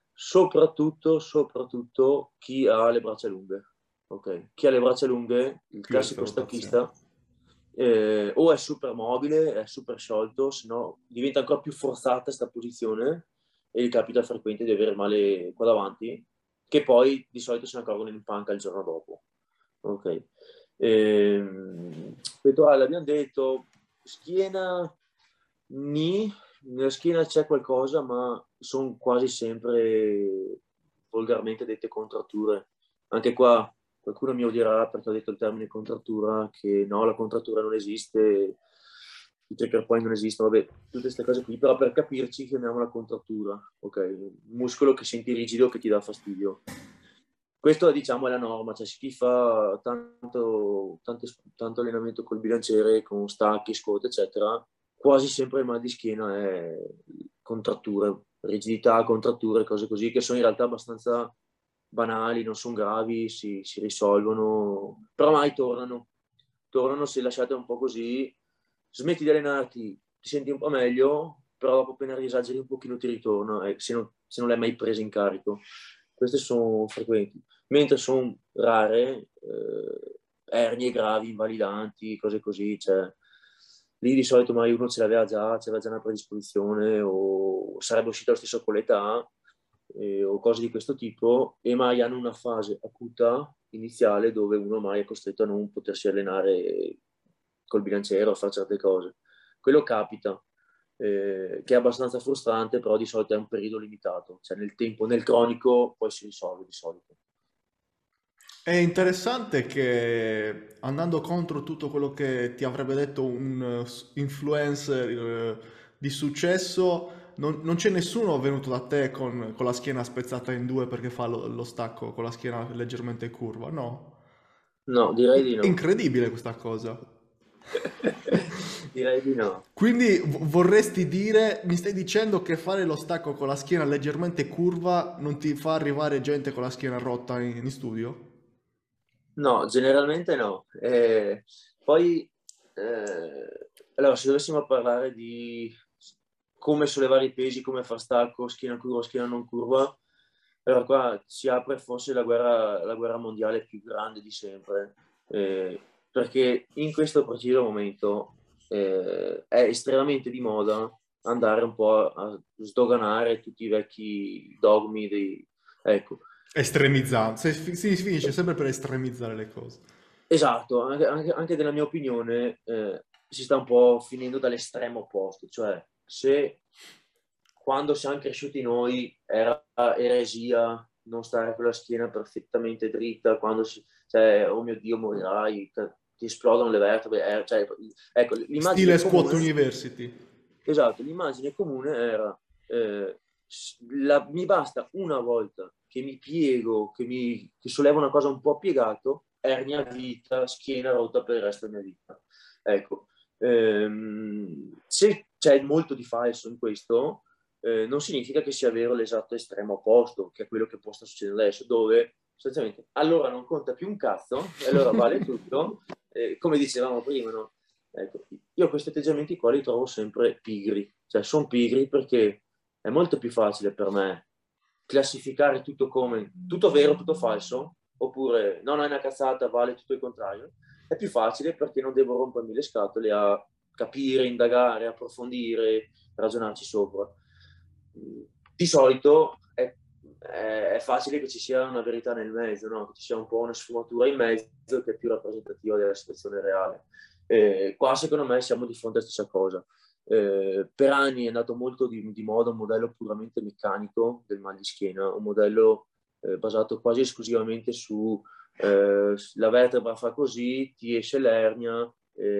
Soprattutto chi ha le braccia lunghe. Okay. Chi ha le braccia lunghe, il Più classico rotazione. stacchista, o è super mobile, è super sciolto, se no diventa ancora più forzata questa posizione e gli capita frequente di avere male qua davanti, che poi di solito se ne accorgono in panca il giorno dopo. Ok. Pettorale abbiamo detto, schiena, nella schiena c'è qualcosa, ma sono quasi sempre volgarmente dette contratture. Anche qua qualcuno mi odierà perché ho detto il termine contrattura, che no, la contrattura non esiste, i trigger point non esistono, vabbè, tutte queste cose qui, però per capirci chiamiamola contrattura, ok? Un muscolo che senti rigido che ti dà fastidio. Questo diciamo è la norma, cioè chi fa tanto allenamento col bilanciere, con stacchi, squat, eccetera, quasi sempre il mal di schiena è contratture, rigidità, contratture, cose così, che sono in realtà abbastanza banali, non sono gravi, si risolvono, però mai tornano se lasciate un po' così, smetti di allenarti, ti senti un po' meglio, però dopo appena esageri un pochino ti ritorna, se non l'hai mai preso in carico. Queste sono frequenti, mentre sono rare ernie gravi, invalidanti, cose così, cioè lì di solito magari uno c'aveva già una predisposizione o sarebbe uscito lo stesso con l'età o cose di questo tipo e mai hanno una fase acuta iniziale dove uno mai è costretto a non potersi allenare col bilanciere o a fare certe cose. Quello capita, che è abbastanza frustrante, però di solito è un periodo limitato, cioè nel tempo, nel cronico poi si risolve di solito. È interessante che andando contro tutto quello che ti avrebbe detto un influencer di successo, non c'è nessuno venuto da te con la schiena spezzata in due perché fa lo stacco con la schiena leggermente curva, no? No, direi di no. Incredibile questa cosa. Direi di no. Quindi vorresti dire, mi stai dicendo che fare lo stacco con la schiena leggermente curva non ti fa arrivare gente con la schiena rotta in studio? No, generalmente no. Poi, allora, se dovessimo parlare di come sollevare i pesi, come far stacco, schiena curva, schiena non curva, allora qua si apre forse la guerra mondiale più grande di sempre, perché in questo preciso momento è estremamente di moda andare un po' a sdoganare tutti i vecchi dogmi di... Ecco, Estremizzando, si finisce sempre per estremizzare le cose. esatto, anche nella mia opinione si sta un po' finendo dall'estremo opposto, cioè se quando siamo cresciuti noi era eresia non stare con la schiena perfettamente dritta quando cioè, oh mio Dio, morirai, ti esplodono le vertebre. Cioè, ecco, l'immagine Stile Squat comune, University. esatto, l'immagine comune era eh, mi basta una volta che mi piego, che sollevo una cosa un po' piegato, ernia a vita, schiena rotta per il resto della mia vita. Ecco, se c'è molto di falso in questo, non significa che sia vero l'esatto estremo opposto, che è quello che può sta succedendo adesso, dove sostanzialmente allora non conta più un cazzo, e allora vale tutto, come dicevamo prima, no? Ecco, io questi atteggiamenti qua li trovo sempre pigri, cioè sono pigri perché è molto più facile per me classificare tutto come tutto vero, tutto falso, oppure no, no, è una cazzata, vale tutto il contrario. È più facile perché non devo rompermi le scatole a capire, indagare, approfondire, ragionarci sopra. Di solito è facile che ci sia una verità nel mezzo, no? Che ci sia un po' una sfumatura in mezzo che è più rappresentativa della situazione reale. Qua secondo me siamo di fronte alla stessa cosa. Per anni è andato molto di moda un modello puramente meccanico del mal di schiena, un modello basato quasi esclusivamente su la vertebra fa così, ti esce l'ernia,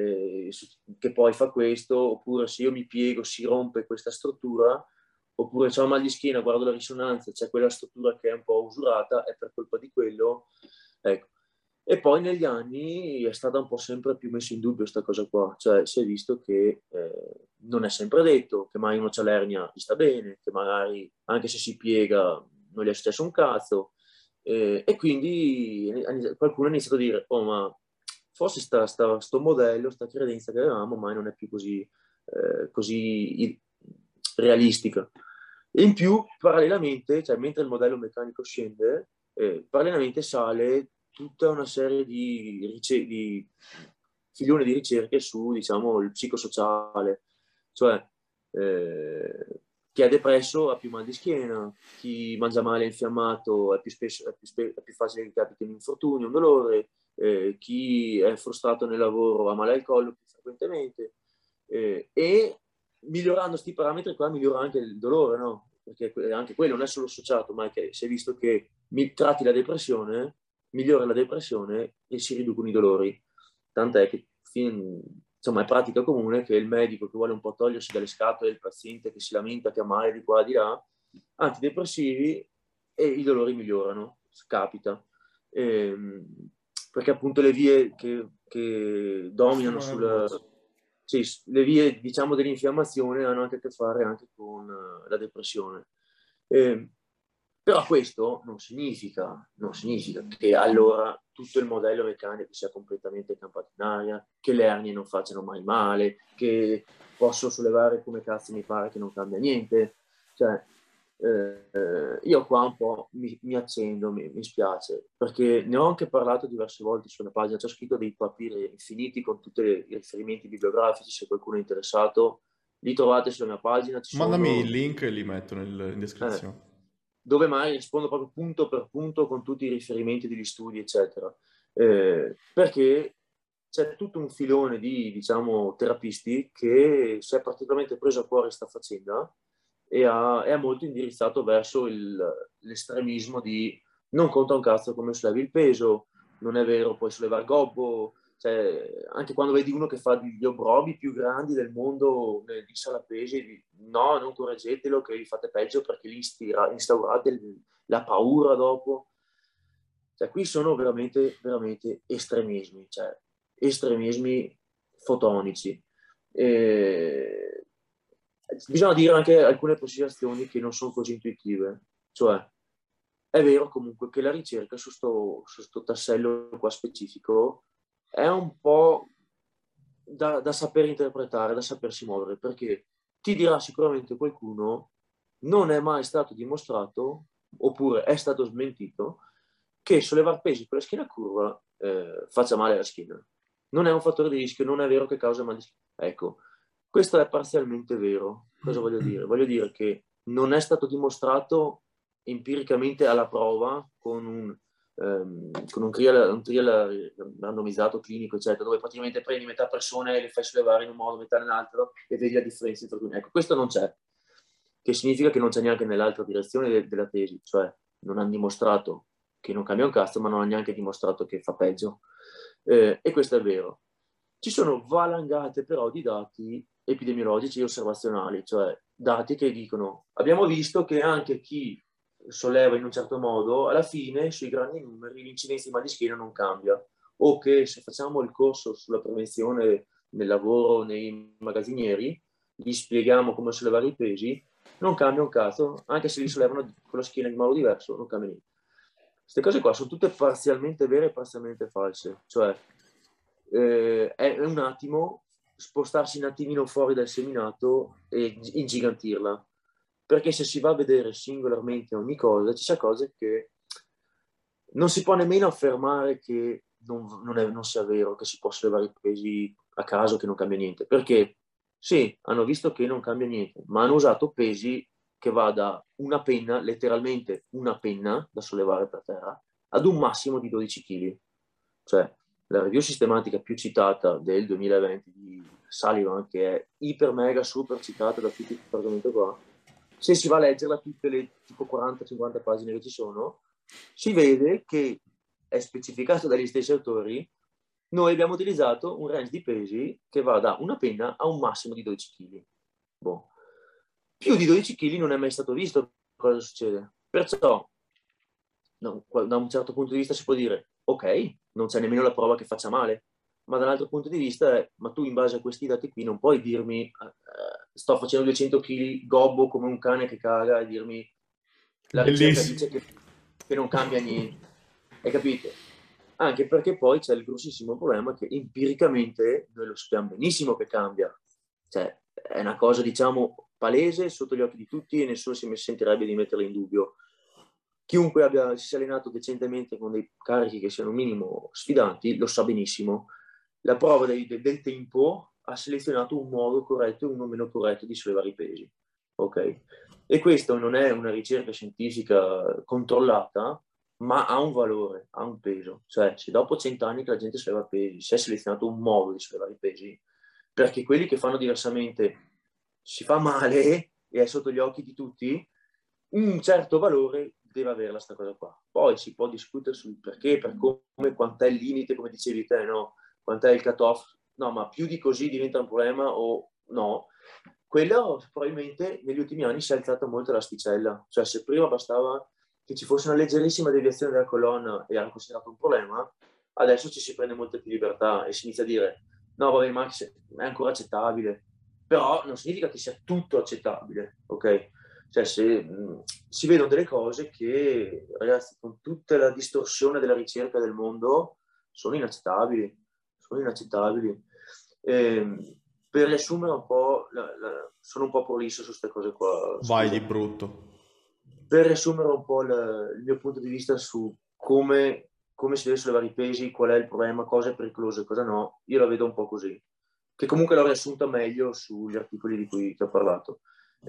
che poi fa questo, oppure se io mi piego si rompe questa struttura, oppure c'è un mal di schiena, guardo la risonanza, c'è quella struttura che è un po' usurata, è per colpa di quello. Ecco. E poi negli anni è stata un po' sempre più messa in dubbio questa cosa qua, cioè si è visto che non è sempre detto, che magari uno c'ha l'ernia gli sta bene, che magari anche se si piega non gli è successo un cazzo, e quindi qualcuno ha iniziato a dire, oh ma forse sto modello, sta credenza che avevamo, ma non è più così realistica. E in più, parallelamente, cioè mentre il modello meccanico scende, parallelamente sale tutta una serie di filone di ricerche su, diciamo, il psicosociale, cioè chi è depresso ha più mal di schiena, chi mangia male è infiammato è più facile che capiti un infortunio, un dolore, chi è frustrato nel lavoro ha male al collo più frequentemente, e migliorando questi parametri qua migliora anche il dolore, no? Perché anche quello non è solo associato, ma è che si è visto che tratti la depressione, migliora la depressione e si riducono i dolori. Tant'è che insomma, è pratica comune che il medico che vuole un po' togliersi dalle scatole il paziente che si lamenta, che ha male di qua e di là, antidepressivi e i dolori migliorano, capita. Perché appunto le vie che dominano sì, le vie, diciamo, dell'infiammazione hanno anche a che fare anche con la depressione. Però questo non significa che allora tutto il modello meccanico sia completamente campato in aria, che le ernie non facciano mai male, che posso sollevare come cazzo mi pare che non cambia niente. Cioè, io qua un po' mi accendo, mi spiace, perché ne ho anche parlato diverse volte sulla pagina, c'ho scritto dei papiri infiniti con tutti i riferimenti bibliografici, se qualcuno è interessato, li trovate sulla mia pagina, ci Mandami sono... il link e li metto in Eh, descrizione. dove mai rispondo proprio punto per punto con tutti i riferimenti degli studi, eccetera. Perché c'è tutto un filone di, diciamo, terapisti che si è particolarmente preso a cuore questa faccenda e è molto indirizzato verso l'estremismo di non conta un cazzo come sollevi il peso, non è vero, puoi sollevare gobbo, cioè, anche quando vedi uno che fa gli obrobi più grandi del mondo di sala pesi, no, non correggetelo che vi fate peggio perché lì instaurate la paura dopo. Cioè, qui sono veramente, veramente estremismi, cioè estremismi fotonici. E bisogna dire anche alcune precisazioni che non sono così intuitive, cioè è vero comunque che la ricerca su sto tassello qua specifico è un po' da saper interpretare, da sapersi muovere, perché ti dirà sicuramente qualcuno non è mai stato dimostrato, oppure è stato smentito, che sollevar pesi con la schiena curva faccia male alla schiena. Non è un fattore di rischio, non è vero che causa mal di schiena. Ecco, questo è parzialmente vero. Cosa voglio dire? Voglio dire che non è stato dimostrato empiricamente alla prova con un trial randomizzato clinico, eccetera, dove praticamente prendi metà persone e le fai sollevare in un modo, metà nell'altro e vedi la differenza tra cui. Ecco, questo non c'è, che significa che non c'è neanche nell'altra direzione della tesi, cioè non hanno dimostrato che non cambia un cazzo, ma non hanno neanche dimostrato che fa peggio. E questo è vero. Ci sono valangate però di dati epidemiologici e osservazionali, cioè dati che dicono abbiamo visto che anche chi solleva in un certo modo, alla fine sui grandi numeri l'incidenza di mal di schiena non cambia, o che se facciamo il corso sulla prevenzione nel lavoro, nei magazzinieri, gli spieghiamo come sollevare i pesi, non cambia un cazzo, anche se li sollevano con la schiena in modo diverso, non cambia niente. Queste cose qua sono tutte parzialmente vere e parzialmente false, cioè è un attimo spostarsi un attimino fuori dal seminato e ingigantirla, perché se si va a vedere singolarmente ogni cosa, ci sono cose che non si può nemmeno affermare che non sia vero, che si possono levare i pesi a caso, che non cambia niente, perché sì, hanno visto che non cambia niente, ma hanno usato pesi che va da una penna, letteralmente una penna da sollevare per terra, ad un massimo di 12 kg. Cioè, la review sistematica più citata del 2020 di Sullivan, che è iper mega super citata da tutti questo argomento qua, se si va a leggerla tutte le tipo 40-50 pagine che ci sono, si vede che è specificato dagli stessi autori. Noi abbiamo utilizzato un range di pesi che va da una penna a un massimo di 12 kg. Boh. Più di 12 kg non è mai stato visto cosa succede. Perciò, no, da un certo punto di vista si può dire, ok, non c'è nemmeno la prova che faccia male, ma dall'altro punto di vista è, ma tu in base a questi dati qui non puoi dirmi sto facendo 200 kg gobbo come un cane che caga e dirmi la ricerca Bellissimo. dice che non cambia niente. Hai capito? Anche perché poi c'è il grossissimo problema che empiricamente noi lo sappiamo benissimo che cambia. Cioè, è una cosa, diciamo, palese sotto gli occhi di tutti e nessuno si sentirebbe di metterla in dubbio. Chiunque si sia allenato decentemente con dei carichi che siano minimo sfidanti lo sa benissimo. La prova del tempo ha selezionato un modo corretto e uno meno corretto di sollevare i pesi. Ok? E questo non è una ricerca scientifica controllata, ma ha un valore, ha un peso. Cioè, se dopo 100 anni che la gente solleva pesi, si è selezionato un modo di sollevare i pesi, perché quelli che fanno diversamente si fa male e è sotto gli occhi di tutti, un certo valore deve avere questa cosa qua. Poi si può discutere sul perché, per come, quant'è il limite, come dicevi te, no? Quant'è il cut-off, no, ma più di così diventa un problema o no. Quello probabilmente negli ultimi anni si è alzata molto l'asticella, cioè se prima bastava che ci fosse una leggerissima deviazione della colonna e era considerato un problema, adesso ci si prende molte più libertà e si inizia a dire no, vabbè, Max è ancora accettabile, però non significa che sia tutto accettabile, ok? Cioè, si vedono delle cose che, ragazzi, con tutta la distorsione della ricerca del mondo, sono inaccettabili. Sono inaccettabili. Per riassumere un po', sono un po' prolisso su queste cose qua. Vai Scusa. di brutto. Per riassumere un po' il mio punto di vista su come si deve sollevare i pesi, qual è il problema, cosa è pericoloso e cosa no, io la vedo un po' così. Che comunque l'ho riassunta meglio sugli articoli di cui ti ho parlato.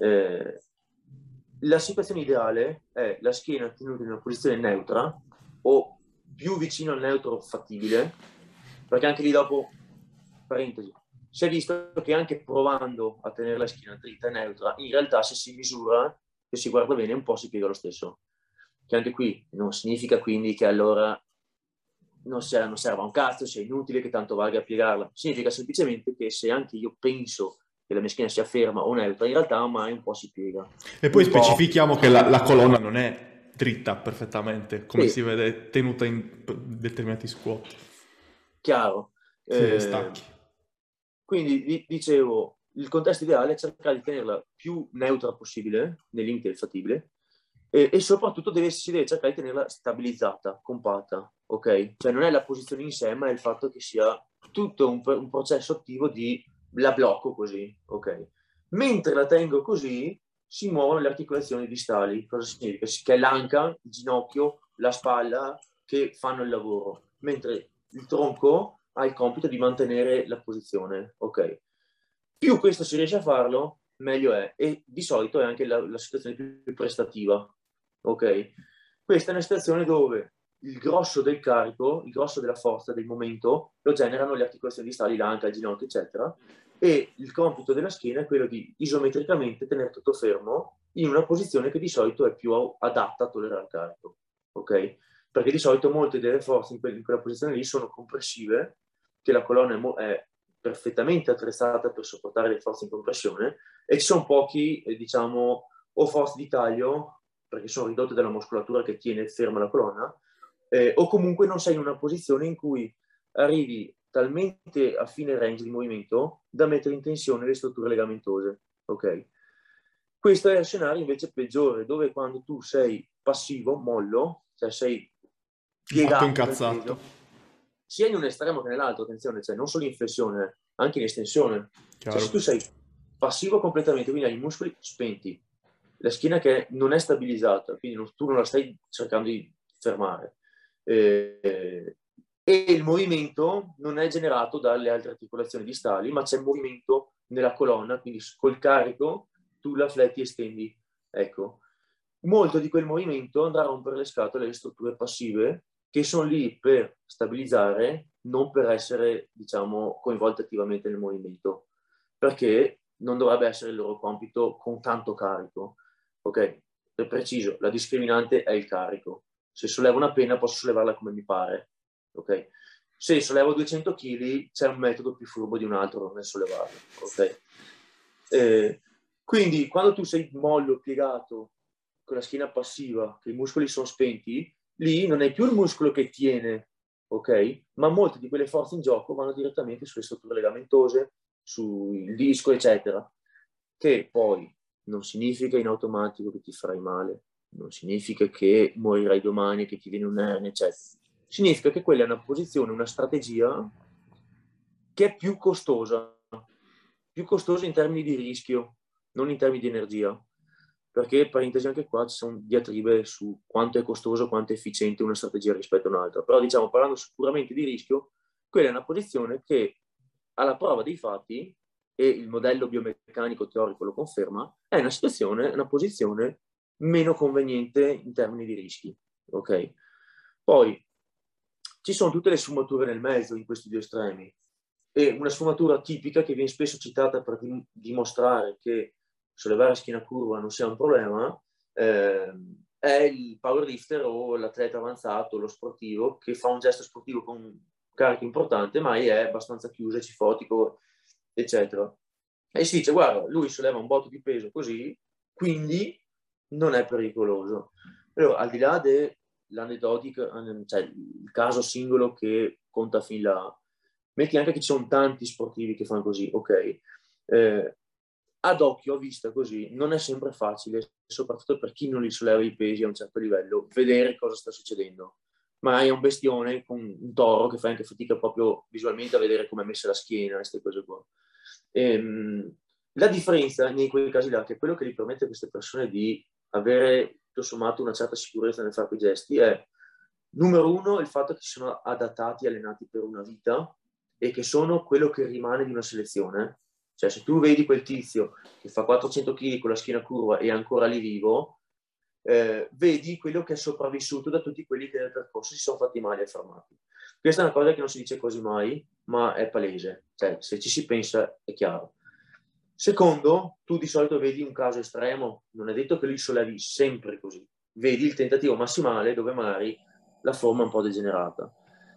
La situazione ideale è la schiena tenuta in una posizione neutra o più vicino al neutro fattibile, perché anche lì dopo, parentesi, si è visto che anche provando a tenere la schiena dritta e neutra, in realtà se si misura, se si guarda bene, un po' si piega lo stesso. Che anche qui non significa quindi che allora non serva un cazzo, sia inutile, che tanto valga a piegarla. Significa semplicemente che se anche io penso che la mia schiena sia ferma o neutra, in realtà mai un po' si piega. E poi Un po'. specifichiamo che la colonna non è dritta perfettamente, come Sì, si vede tenuta in determinati squat. chiaro. Se le stacchi. Quindi dicevo, il contesto ideale è cercare di tenerla più neutra possibile, nei limiti del fattibile, e soprattutto si deve cercare di tenerla stabilizzata, compatta, ok? Cioè non è la posizione in sé, ma è il fatto che sia tutto un processo attivo di la blocco così, ok? Mentre la tengo così, si muovono le articolazioni distali. Cosa significa? Che è l'anca, il ginocchio, la spalla che fanno il lavoro, mentre il tronco ha il compito di mantenere la posizione, ok? Più questo si riesce a farlo, meglio è. E di solito è anche la situazione più prestativa, ok? Questa è una situazione dove il grosso del carico, il grosso della forza, del momento, lo generano le articolazioni distali, l'anca, il ginocchio, eccetera, e il compito della schiena è quello di isometricamente tenere tutto fermo in una posizione che di solito è più adatta a tollerare il carico, ok? Perché di solito molte delle forze in quella posizione lì sono compressive, che la colonna è perfettamente attrezzata per sopportare le forze in compressione, e ci sono pochi, diciamo, o forze di taglio, perché sono ridotte dalla muscolatura che tiene ferma la colonna, o comunque non sei in una posizione in cui arrivi talmente a fine range di movimento da mettere in tensione le strutture legamentose, ok? Questo è il scenario invece peggiore, dove quando tu sei passivo, mollo, cioè sei Matto piegato nel incazzato. peso, sia in un estremo che nell'altro, attenzione, cioè non solo in flessione, anche in estensione. Cioè Chiaro. se tu sei passivo completamente, quindi hai i muscoli spenti, la schiena che non è stabilizzata, quindi tu non la stai cercando di fermare, e il movimento non è generato dalle altre articolazioni distali, ma c'è movimento nella colonna, quindi col carico tu la fletti e stendi. Ecco, molto di quel movimento andrà a rompere le scatole alle strutture passive, che sono lì per stabilizzare, non per essere, diciamo, coinvolte attivamente nel movimento, perché non dovrebbe essere il loro compito con tanto carico. Ok, per preciso, la discriminante è il carico. Se sollevo una penna posso sollevarla come mi pare. Ok, se sollevo 200 kg c'è un metodo più furbo di un altro nel sollevarlo. Ok, quindi quando tu sei mollo, piegato, con la schiena passiva, che i muscoli sono spenti, lì non è più il muscolo che tiene, ok? Ma molte di quelle forze in gioco vanno direttamente sulle strutture legamentose, sul disco, eccetera. Che poi non significa in automatico che ti farai male, non significa che morirai domani, che ti viene un'ernia, eccetera. Significa che quella è una posizione, una strategia che è più costosa in termini di rischio, non in termini di energia. Perché, parentesi, anche qua ci sono diatribe su quanto è costoso, quanto è efficiente una strategia rispetto a un'altra. Però, diciamo, parlando puramente di rischio, quella è una posizione che, alla prova dei fatti, e il modello biomeccanico teorico lo conferma, è una posizione meno conveniente in termini di rischi. Ok? Poi, ci sono tutte le sfumature nel mezzo in questi due estremi. E una sfumatura tipica che viene spesso citata per dimostrare che sollevare a schiena curva non sia un problema, è il powerlifter o l'atleta avanzato, lo sportivo, che fa un gesto sportivo con un carico importante, ma è abbastanza chiuso, cifotico, eccetera. E si dice, guarda, lui solleva un botto di peso così, quindi non è pericoloso. Però al di là dell'aneddotico, cioè il caso singolo che conta fin là, metti anche che ci sono tanti sportivi che fanno così, ok? Ad occhio, a vista così, non è sempre facile, soprattutto per chi non li solleva i pesi a un certo livello, vedere cosa sta succedendo. Ma è un bestione con un toro che fa anche fatica proprio visualmente a vedere come è messa la schiena, queste cose qua. La differenza in quei casi là, che è quello che gli permette a queste persone di avere tutto sommato una certa sicurezza nel fare quei gesti, è numero uno il fatto che si sono adattati, allenati per una vita e che sono quello che rimane di una selezione. Cioè, se tu vedi quel tizio che fa 400 kg con la schiena curva e è ancora lì vivo, vedi quello che è sopravvissuto da tutti quelli che nel percorso si sono fatti male e fermati. Questa è una cosa che non si dice quasi mai, ma è palese. Cioè, se ci si pensa è chiaro. Secondo, tu di solito vedi un caso estremo, non è detto che lui sollevi sempre così. Vedi il tentativo massimale dove magari la forma è un po' degenerata.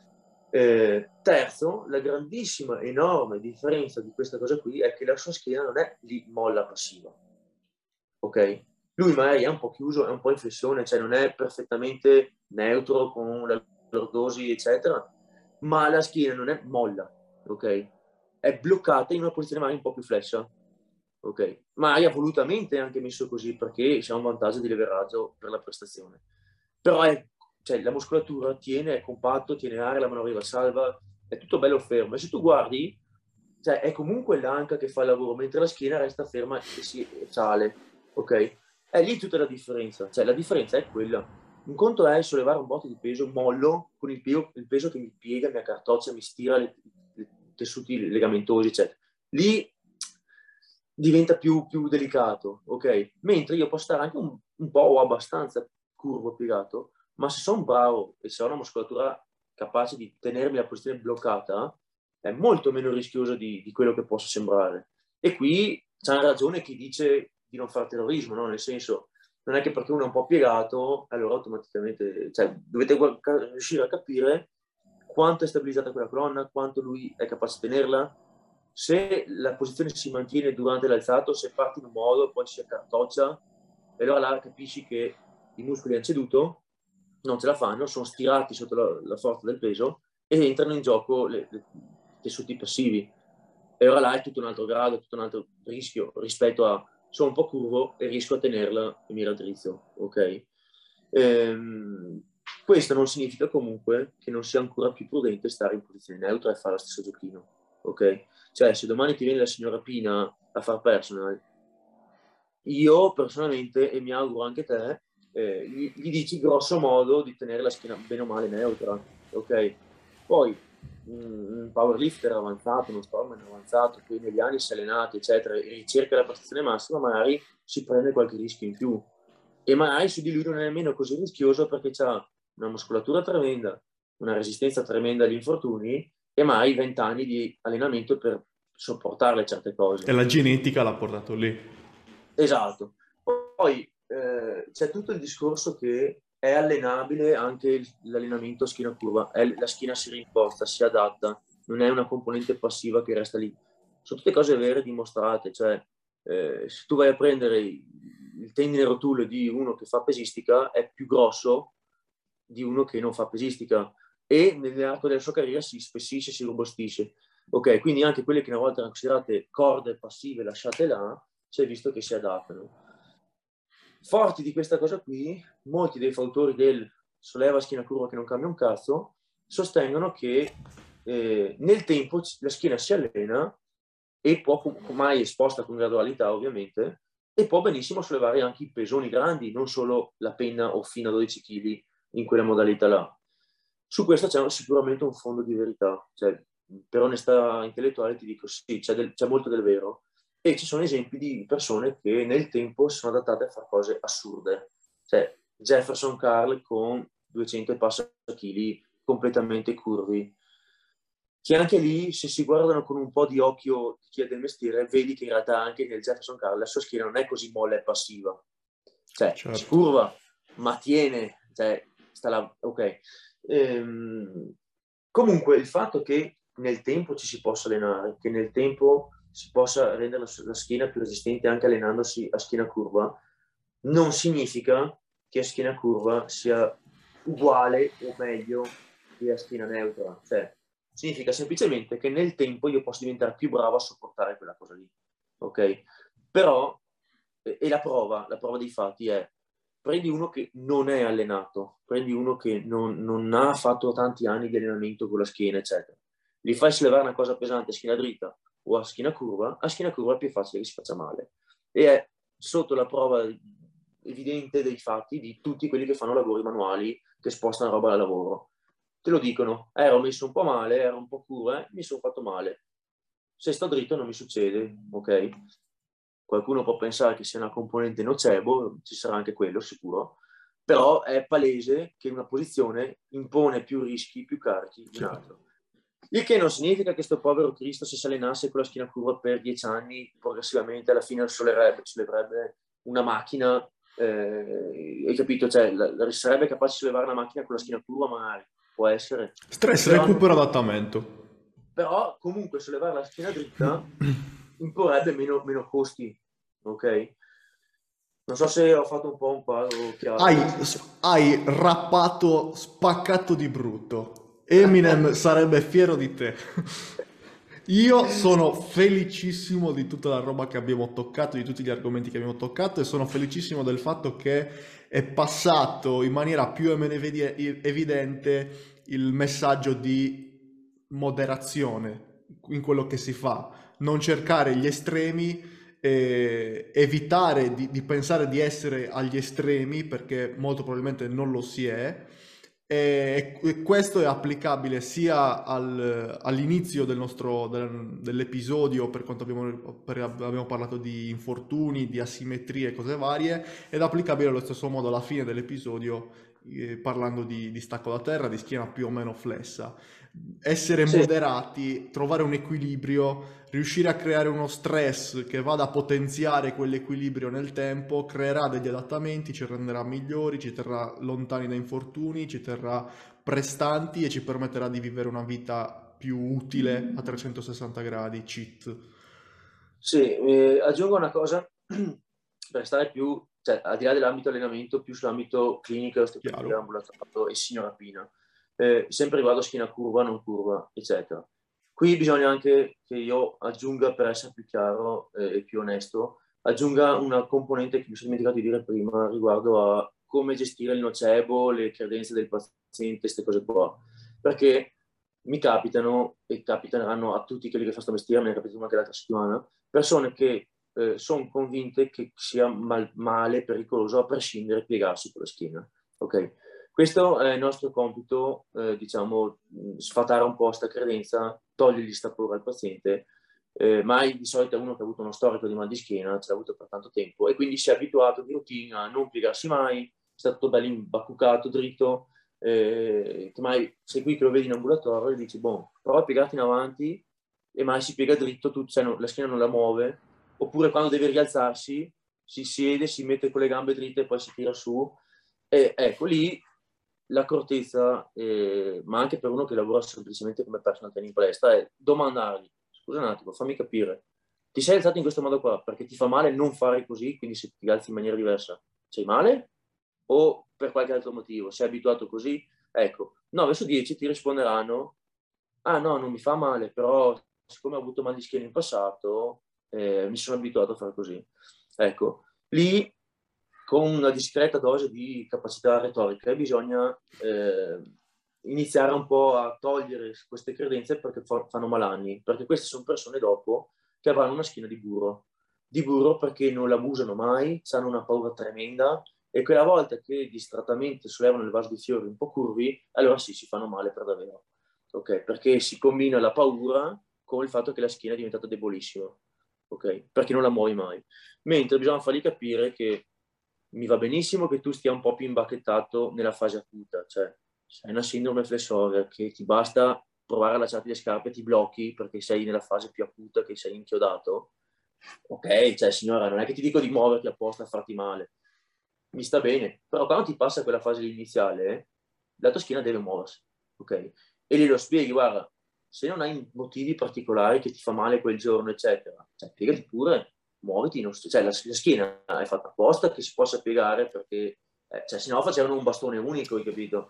Terzo, la grandissima, enorme differenza di questa cosa qui è che la sua schiena non è lì molla passiva, ok? Lui magari è un po' chiuso, è un po' in flessione, cioè non è perfettamente neutro con la lordosi, eccetera, ma la schiena non è molla, ok? È bloccata in una posizione magari un po' più flessa, ok? Magari ha volutamente anche messo così perché c'è un vantaggio di leveraggio per la prestazione. Però cioè, la muscolatura tiene, è compatto, tiene aria, la manovra salva, è tutto bello fermo. E se tu guardi, cioè, è comunque l'anca che fa il lavoro, mentre la schiena resta ferma e si sale, ok? È lì tutta la differenza. Cioè, la differenza è quella. Un conto è sollevare un botto di peso, mollo, con il peso che mi piega, mi accartoccia, mi stira i tessuti legamentosi, eccetera. Lì diventa più delicato, ok? Mentre io posso stare anche un po' o abbastanza curvo, piegato, ma se sono bravo e se ho una muscolatura capace di tenermi la posizione bloccata, è molto meno rischioso di quello che possa sembrare. E qui c'ha ragione chi dice di non fare terrorismo, no? Nel senso, non è che perché uno è un po' piegato, allora automaticamente, cioè, dovete riuscire a capire quanto è stabilizzata quella colonna, quanto lui è capace di tenerla, se la posizione si mantiene durante l'alzato, se parte in un modo, poi si accartoccia, e allora là capisci che i muscoli hanno ceduto, non ce la fanno, sono stirati sotto la forza del peso e entrano in gioco i tessuti passivi. E ora là è tutto un altro grado, tutto un altro rischio rispetto a sono un po' curvo e riesco a tenerla e mi raddrizzo, ok? Questo non significa comunque che non sia ancora più prudente stare in posizione neutra e fare lo stesso giochino, ok? Cioè, se domani ti viene la signora Pina a far personal, io personalmente, e mi auguro anche te, gli dici grosso modo di tenere la schiena bene o male neutra, ok? Poi un powerlifter avanzato, uno strongman avanzato, che negli anni si è allenato, eccetera, e ricerca la prestazione massima, magari si prende qualche rischio in più. E magari su di lui non è nemmeno così rischioso perché ha una muscolatura tremenda, una resistenza tremenda agli infortuni e magari 20 anni di allenamento per sopportare certe cose. E la genetica l'ha portato lì. Esatto. Poi c'è tutto il discorso che è allenabile anche l'allenamento a schiena curva, la schiena si rinforza, si adatta, non è una componente passiva che resta lì. Sono tutte cose vere dimostrate, cioè se tu vai a prendere il tendine rotuleo di uno che fa pesistica è più grosso di uno che non fa pesistica e nell'arco della sua carriera si spessisce, si robustisce. Ok, quindi anche quelle che una volta erano considerate corde passive lasciate là, si è visto che si adattano. Forti di questa cosa qui, molti dei fautori del solleva schiena curva che non cambia un cazzo, sostengono che nel tempo la schiena si allena e può, mai esposta con gradualità ovviamente, e può benissimo sollevare anche i pesoni grandi, non solo la penna o fino a 12 kg in quella modalità là. Su questo c'è sicuramente un fondo di verità, cioè, per onestà intellettuale ti dico sì, c'è molto del vero, e ci sono esempi di persone che nel tempo si sono adattate a fare cose assurde. Cioè, Jefferson Carl con 200 e passa chili completamente curvi, che anche lì, se si guardano con un po' di occhio di chi è del mestiere, vedi che in realtà anche nel Jefferson Carl la sua schiena non è così molle e passiva. Cioè, Certo. si curva, ma tiene, cioè, sta là, ok. Comunque, il fatto che nel tempo ci si possa allenare, che nel tempo si possa rendere la schiena più resistente anche allenandosi a schiena curva, non significa che a schiena curva sia uguale o meglio che a schiena neutra. Cioè, significa semplicemente che nel tempo io posso diventare più bravo a sopportare quella cosa lì. Ok? Però, e la prova dei fatti è, prendi uno che non è allenato, prendi uno che non ha fatto tanti anni di allenamento con la schiena, eccetera. Gli fai sollevare una cosa pesante a schiena dritta o a schiena curva è più facile che si faccia male. E è sotto la prova evidente dei fatti di tutti quelli che fanno lavori manuali, che spostano roba da lavoro. Te lo dicono, ero messo un po' male, ero un po' curva, mi sono fatto male. Se sto dritto non mi succede, ok? Qualcuno può pensare che sia una componente nocebo, ci sarà anche quello sicuro, però è palese che una posizione impone più rischi, più carichi di un'altra. Il che non significa che sto povero Cristo, se si allenasse con la schiena curva per 10 anni, progressivamente alla fine solleverebbe una macchina, hai capito? Cioè, sarebbe capace di sollevare una macchina con la schiena curva, magari, può essere. Stress, Però, recupero, adattamento. però comunque sollevare la schiena dritta imporrebbe meno costi, ok? Non so se ho fatto un po' un quadro chiaro. Hai rappato, spaccato di brutto. Eminem sarebbe fiero di te. Io sono felicissimo di tutta la roba che abbiamo toccato, di tutti gli argomenti che abbiamo toccato e sono felicissimo del fatto che è passato in maniera più o meno evidente il messaggio di moderazione in quello che si fa, non cercare gli estremi, evitare di pensare di essere agli estremi perché molto probabilmente non lo si è. E questo è applicabile sia all'inizio dell'episodio per quanto abbiamo parlato di infortuni, di asimmetrie e cose varie, ed applicabile allo stesso modo alla fine dell'episodio parlando di stacco da terra, di schiena più o meno flessa. Essere Sì, moderati, trovare un equilibrio, riuscire a creare uno stress che vada a potenziare quell'equilibrio nel tempo, creerà degli adattamenti, ci renderà migliori, ci terrà lontani da infortuni, ci terrà prestanti e ci permetterà di vivere una vita più utile a 360 gradi, cheat. sì, aggiungo una cosa per stare più, cioè, al di là dell'ambito allenamento, più sull'ambito clinico, osteopatia, Chiaro? ambulatorio e signora Pina. Sempre riguardo schiena curva, non curva, eccetera. Qui bisogna anche che io aggiunga, per essere più chiaro e più onesto, aggiunga una componente che mi sono dimenticato di dire prima riguardo a come gestire il nocebo, le credenze del paziente, queste cose qua. Perché mi capitano, e capiteranno a tutti quelli che fanno questo mestiere, mi è capitato anche l'altra settimana, persone che sono convinte che sia male, pericoloso, a prescindere, piegarsi con la schiena. Ok? Questo è il nostro compito, diciamo, sfatare un po' questa credenza, togliergli sta paura al paziente, ma di solito è uno che ha avuto uno storico di mal di schiena, ce l'ha avuto per tanto tempo, e quindi si è abituato di routine a non piegarsi mai, è stato bello imbacuccato, dritto, che mai sei qui che lo vedi in ambulatorio e dici, boh, prova a piegarti in avanti, e mai si piega dritto, cioè la schiena non la muove, oppure quando deve rialzarsi si siede, si mette con le gambe dritte e poi si tira su. E ecco lì l'accortezza, ma anche per uno che lavora semplicemente come personal trainer in palestra, è domandargli, scusa un attimo, fammi capire, ti sei alzato in questo modo qua perché ti fa male non fare così, quindi se ti alzi in maniera diversa, sei male? O per qualche altro motivo, sei abituato così? Ecco, 9 su 10 ti risponderanno, ah no, non mi fa male, però siccome ho avuto mal di schiena in passato, mi sono abituato a fare così. Ecco, lì con una discreta dose di capacità retorica bisogna iniziare un po' a togliere queste credenze perché fanno malanni, perché queste sono persone dopo che avranno una schiena di burro perché non l'abusano mai, hanno una paura tremenda e quella volta che distrattamente sollevano il vaso di fiori un po' curvi, allora sì, si fanno male per davvero. Ok, perché si combina la paura con il fatto che la schiena è diventata debolissima, ok? Perché non la muovi mai. Mentre bisogna fargli capire che mi va benissimo che tu stia un po' più imbacchettato nella fase acuta, cioè se hai una sindrome flessoria che ti basta provare a lasciarti le scarpe e ti blocchi perché sei nella fase più acuta, che sei inchiodato, ok, cioè signora, non è che ti dico di muoverti apposta a farti male, mi sta bene, però quando ti passa quella fase iniziale, la tua schiena deve muoversi, ok? E glielo spieghi, guarda, se non hai motivi particolari che ti fa male quel giorno, eccetera, cioè, piegati pure, muoviti, cioè la schiena è fatta apposta che si possa piegare perché, cioè, se no facevano un bastone unico, hai capito?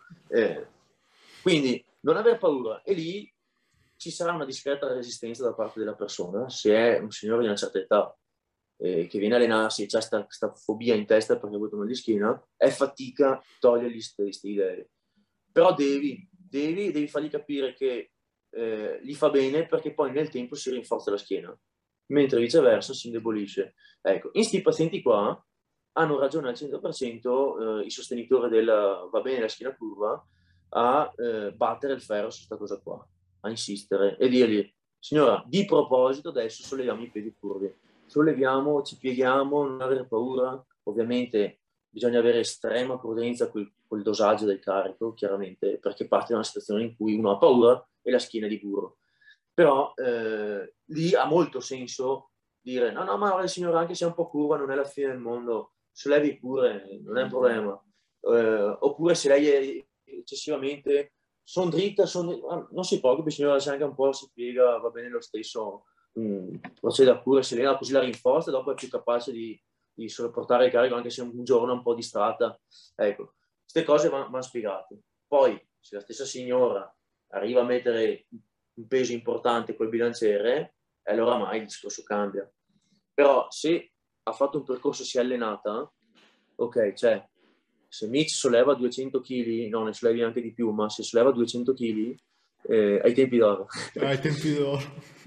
Quindi non aver paura, e lì ci sarà una discreta resistenza da parte della persona, se è un signore di una certa età che viene a allenarsi e c'è questa fobia in testa perché ha avuto mal di schiena, è fatica togliergli queste idee. Però devi fargli capire che gli fa bene perché poi nel tempo si rinforza la schiena, mentre viceversa si indebolisce. Ecco, in questi pazienti qua hanno ragione al 100% i sostenitori della va bene la schiena curva a battere il ferro su questa cosa qua, a insistere e dirgli, signora, di proposito adesso solleviamo i piedi curvi, solleviamo, ci pieghiamo, non avere paura, ovviamente bisogna avere estrema prudenza col dosaggio del carico, chiaramente, perché parte da una situazione in cui uno ha paura e la schiena è di burro. Però lì ha molto senso dire, no, no, ma signora, anche se è un po' curva, non è la fine del mondo, sollevi pure, non è un problema. Oppure se lei è eccessivamente sono dritta, non si preoccupi signora, se anche un po' si piega, va bene lo stesso, proceda pure, se lei così la rinforza, dopo è più capace di sopportare il carico anche se un giorno è un po' distratta. Ecco, queste cose vanno spiegate. Poi, se la stessa signora arriva a mettere un peso importante col bilanciere, allora mai il discorso cambia. Però se ha fatto un percorso, si è allenata, ok, cioè se Mitch solleva 200 kg, no, ne sollevi anche di più, ma se solleva 200 kg, ai tempi d'oro. Ai tempi d'oro.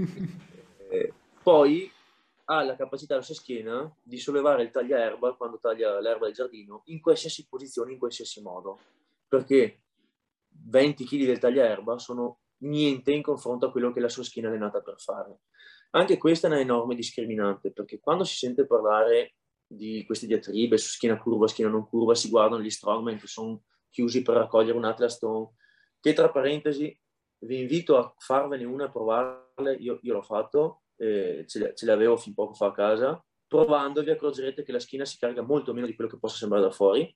Poi ha la capacità la sua schiena di sollevare il tagliaerba quando taglia l'erba del giardino in qualsiasi posizione, in qualsiasi modo, perché 20 kg del tagliaerba sono niente in confronto a quello che la sua schiena è allenata per fare. Anche questa è una enorme discriminante, perché quando si sente parlare di queste diatribe su schiena curva, schiena non curva, si guardano gli strongman che sono chiusi per raccogliere un Atlas Stone, che tra parentesi vi invito a farvene una a provarle, io l'ho fatto, ce le avevo fin poco fa a casa, provando vi accorgerete che la schiena si carica molto meno di quello che possa sembrare da fuori.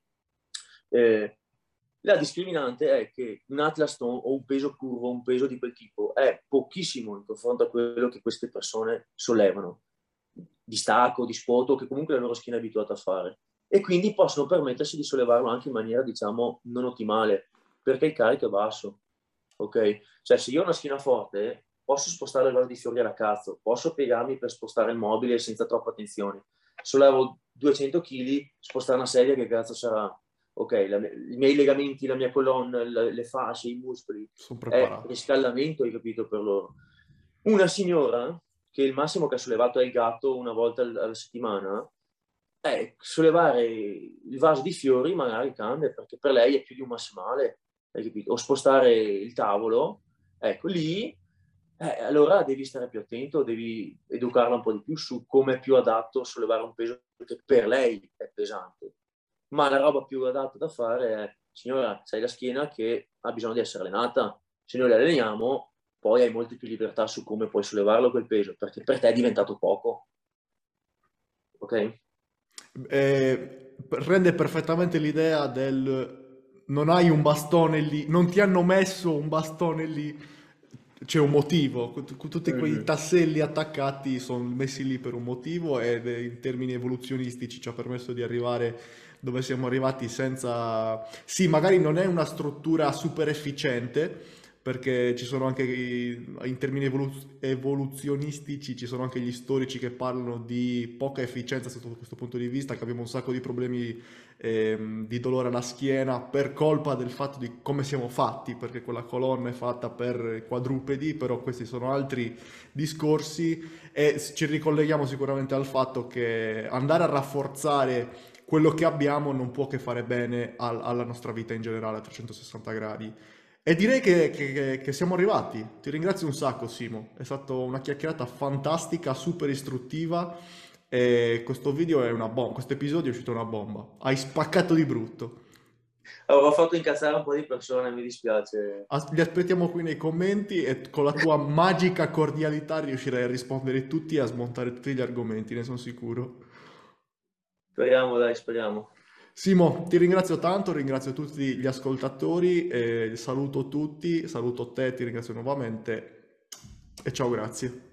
La discriminante è che un Atlas Stone o un peso curvo, un peso di quel tipo, è pochissimo in confronto a quello che queste persone sollevano, di stacco, di spoto, che comunque la loro schiena è abituata a fare. E quindi possono permettersi di sollevarlo anche in maniera, diciamo, non ottimale, perché il carico è basso. Ok? Cioè, se io ho una schiena forte, posso spostare le vasi di fiori alla cazzo, posso piegarmi per spostare il mobile senza troppa attenzione. Sollevo 200 kg, spostare una sedia, che cazzo sarà? Ok, i miei legamenti, la mia colonna, le fasce, i muscoli, Sono è preparato. riscaldamento, hai capito, per loro. Una signora, che il massimo che ha sollevato è il gatto una volta alla settimana, sollevare il vaso di fiori magari cambia, perché per lei è più di un massimale, hai capito? O spostare il tavolo, ecco lì, allora devi stare più attento, devi educarla un po' di più su come è più adatto sollevare un peso che per lei è pesante. Ma la roba più adatta da fare è, signora, c'hai la schiena che ha bisogno di essere allenata, se noi la alleniamo, poi hai molte più libertà su come puoi sollevarlo quel peso, perché per te è diventato poco, ok? Rende perfettamente l'idea del non hai un bastone lì, non ti hanno messo un bastone lì, c'è un motivo. Tutti quei Mm-hmm. tasselli attaccati sono messi lì per un motivo ed in termini evoluzionistici ci ha permesso di arrivare dove siamo arrivati senza... Sì, magari non è una struttura super efficiente, perché ci sono anche in termini evoluzionistici ci sono anche gli storici che parlano di poca efficienza sotto questo punto di vista, che abbiamo un sacco di problemi di dolore alla schiena per colpa del fatto di come siamo fatti, perché quella colonna è fatta per quadrupedi, però questi sono altri discorsi e ci ricolleghiamo sicuramente al fatto che andare a rafforzare quello che abbiamo non può che fare bene alla nostra vita in generale a 360 gradi. E direi che siamo arrivati. Ti ringrazio un sacco, Simo. È stata una chiacchierata fantastica, super istruttiva. E questo video è una bomba. Questo episodio è uscito una bomba. Hai spaccato di brutto. Avevo fatto incazzare un po' di persone, mi dispiace. Li aspettiamo qui nei commenti e con la tua magica cordialità riuscirai a rispondere tutti e a smontare tutti gli argomenti, ne sono sicuro. Speriamo, dai, speriamo. Simo, ti ringrazio tanto, ringrazio tutti gli ascoltatori, saluto tutti, saluto te, ti ringrazio nuovamente e ciao, grazie.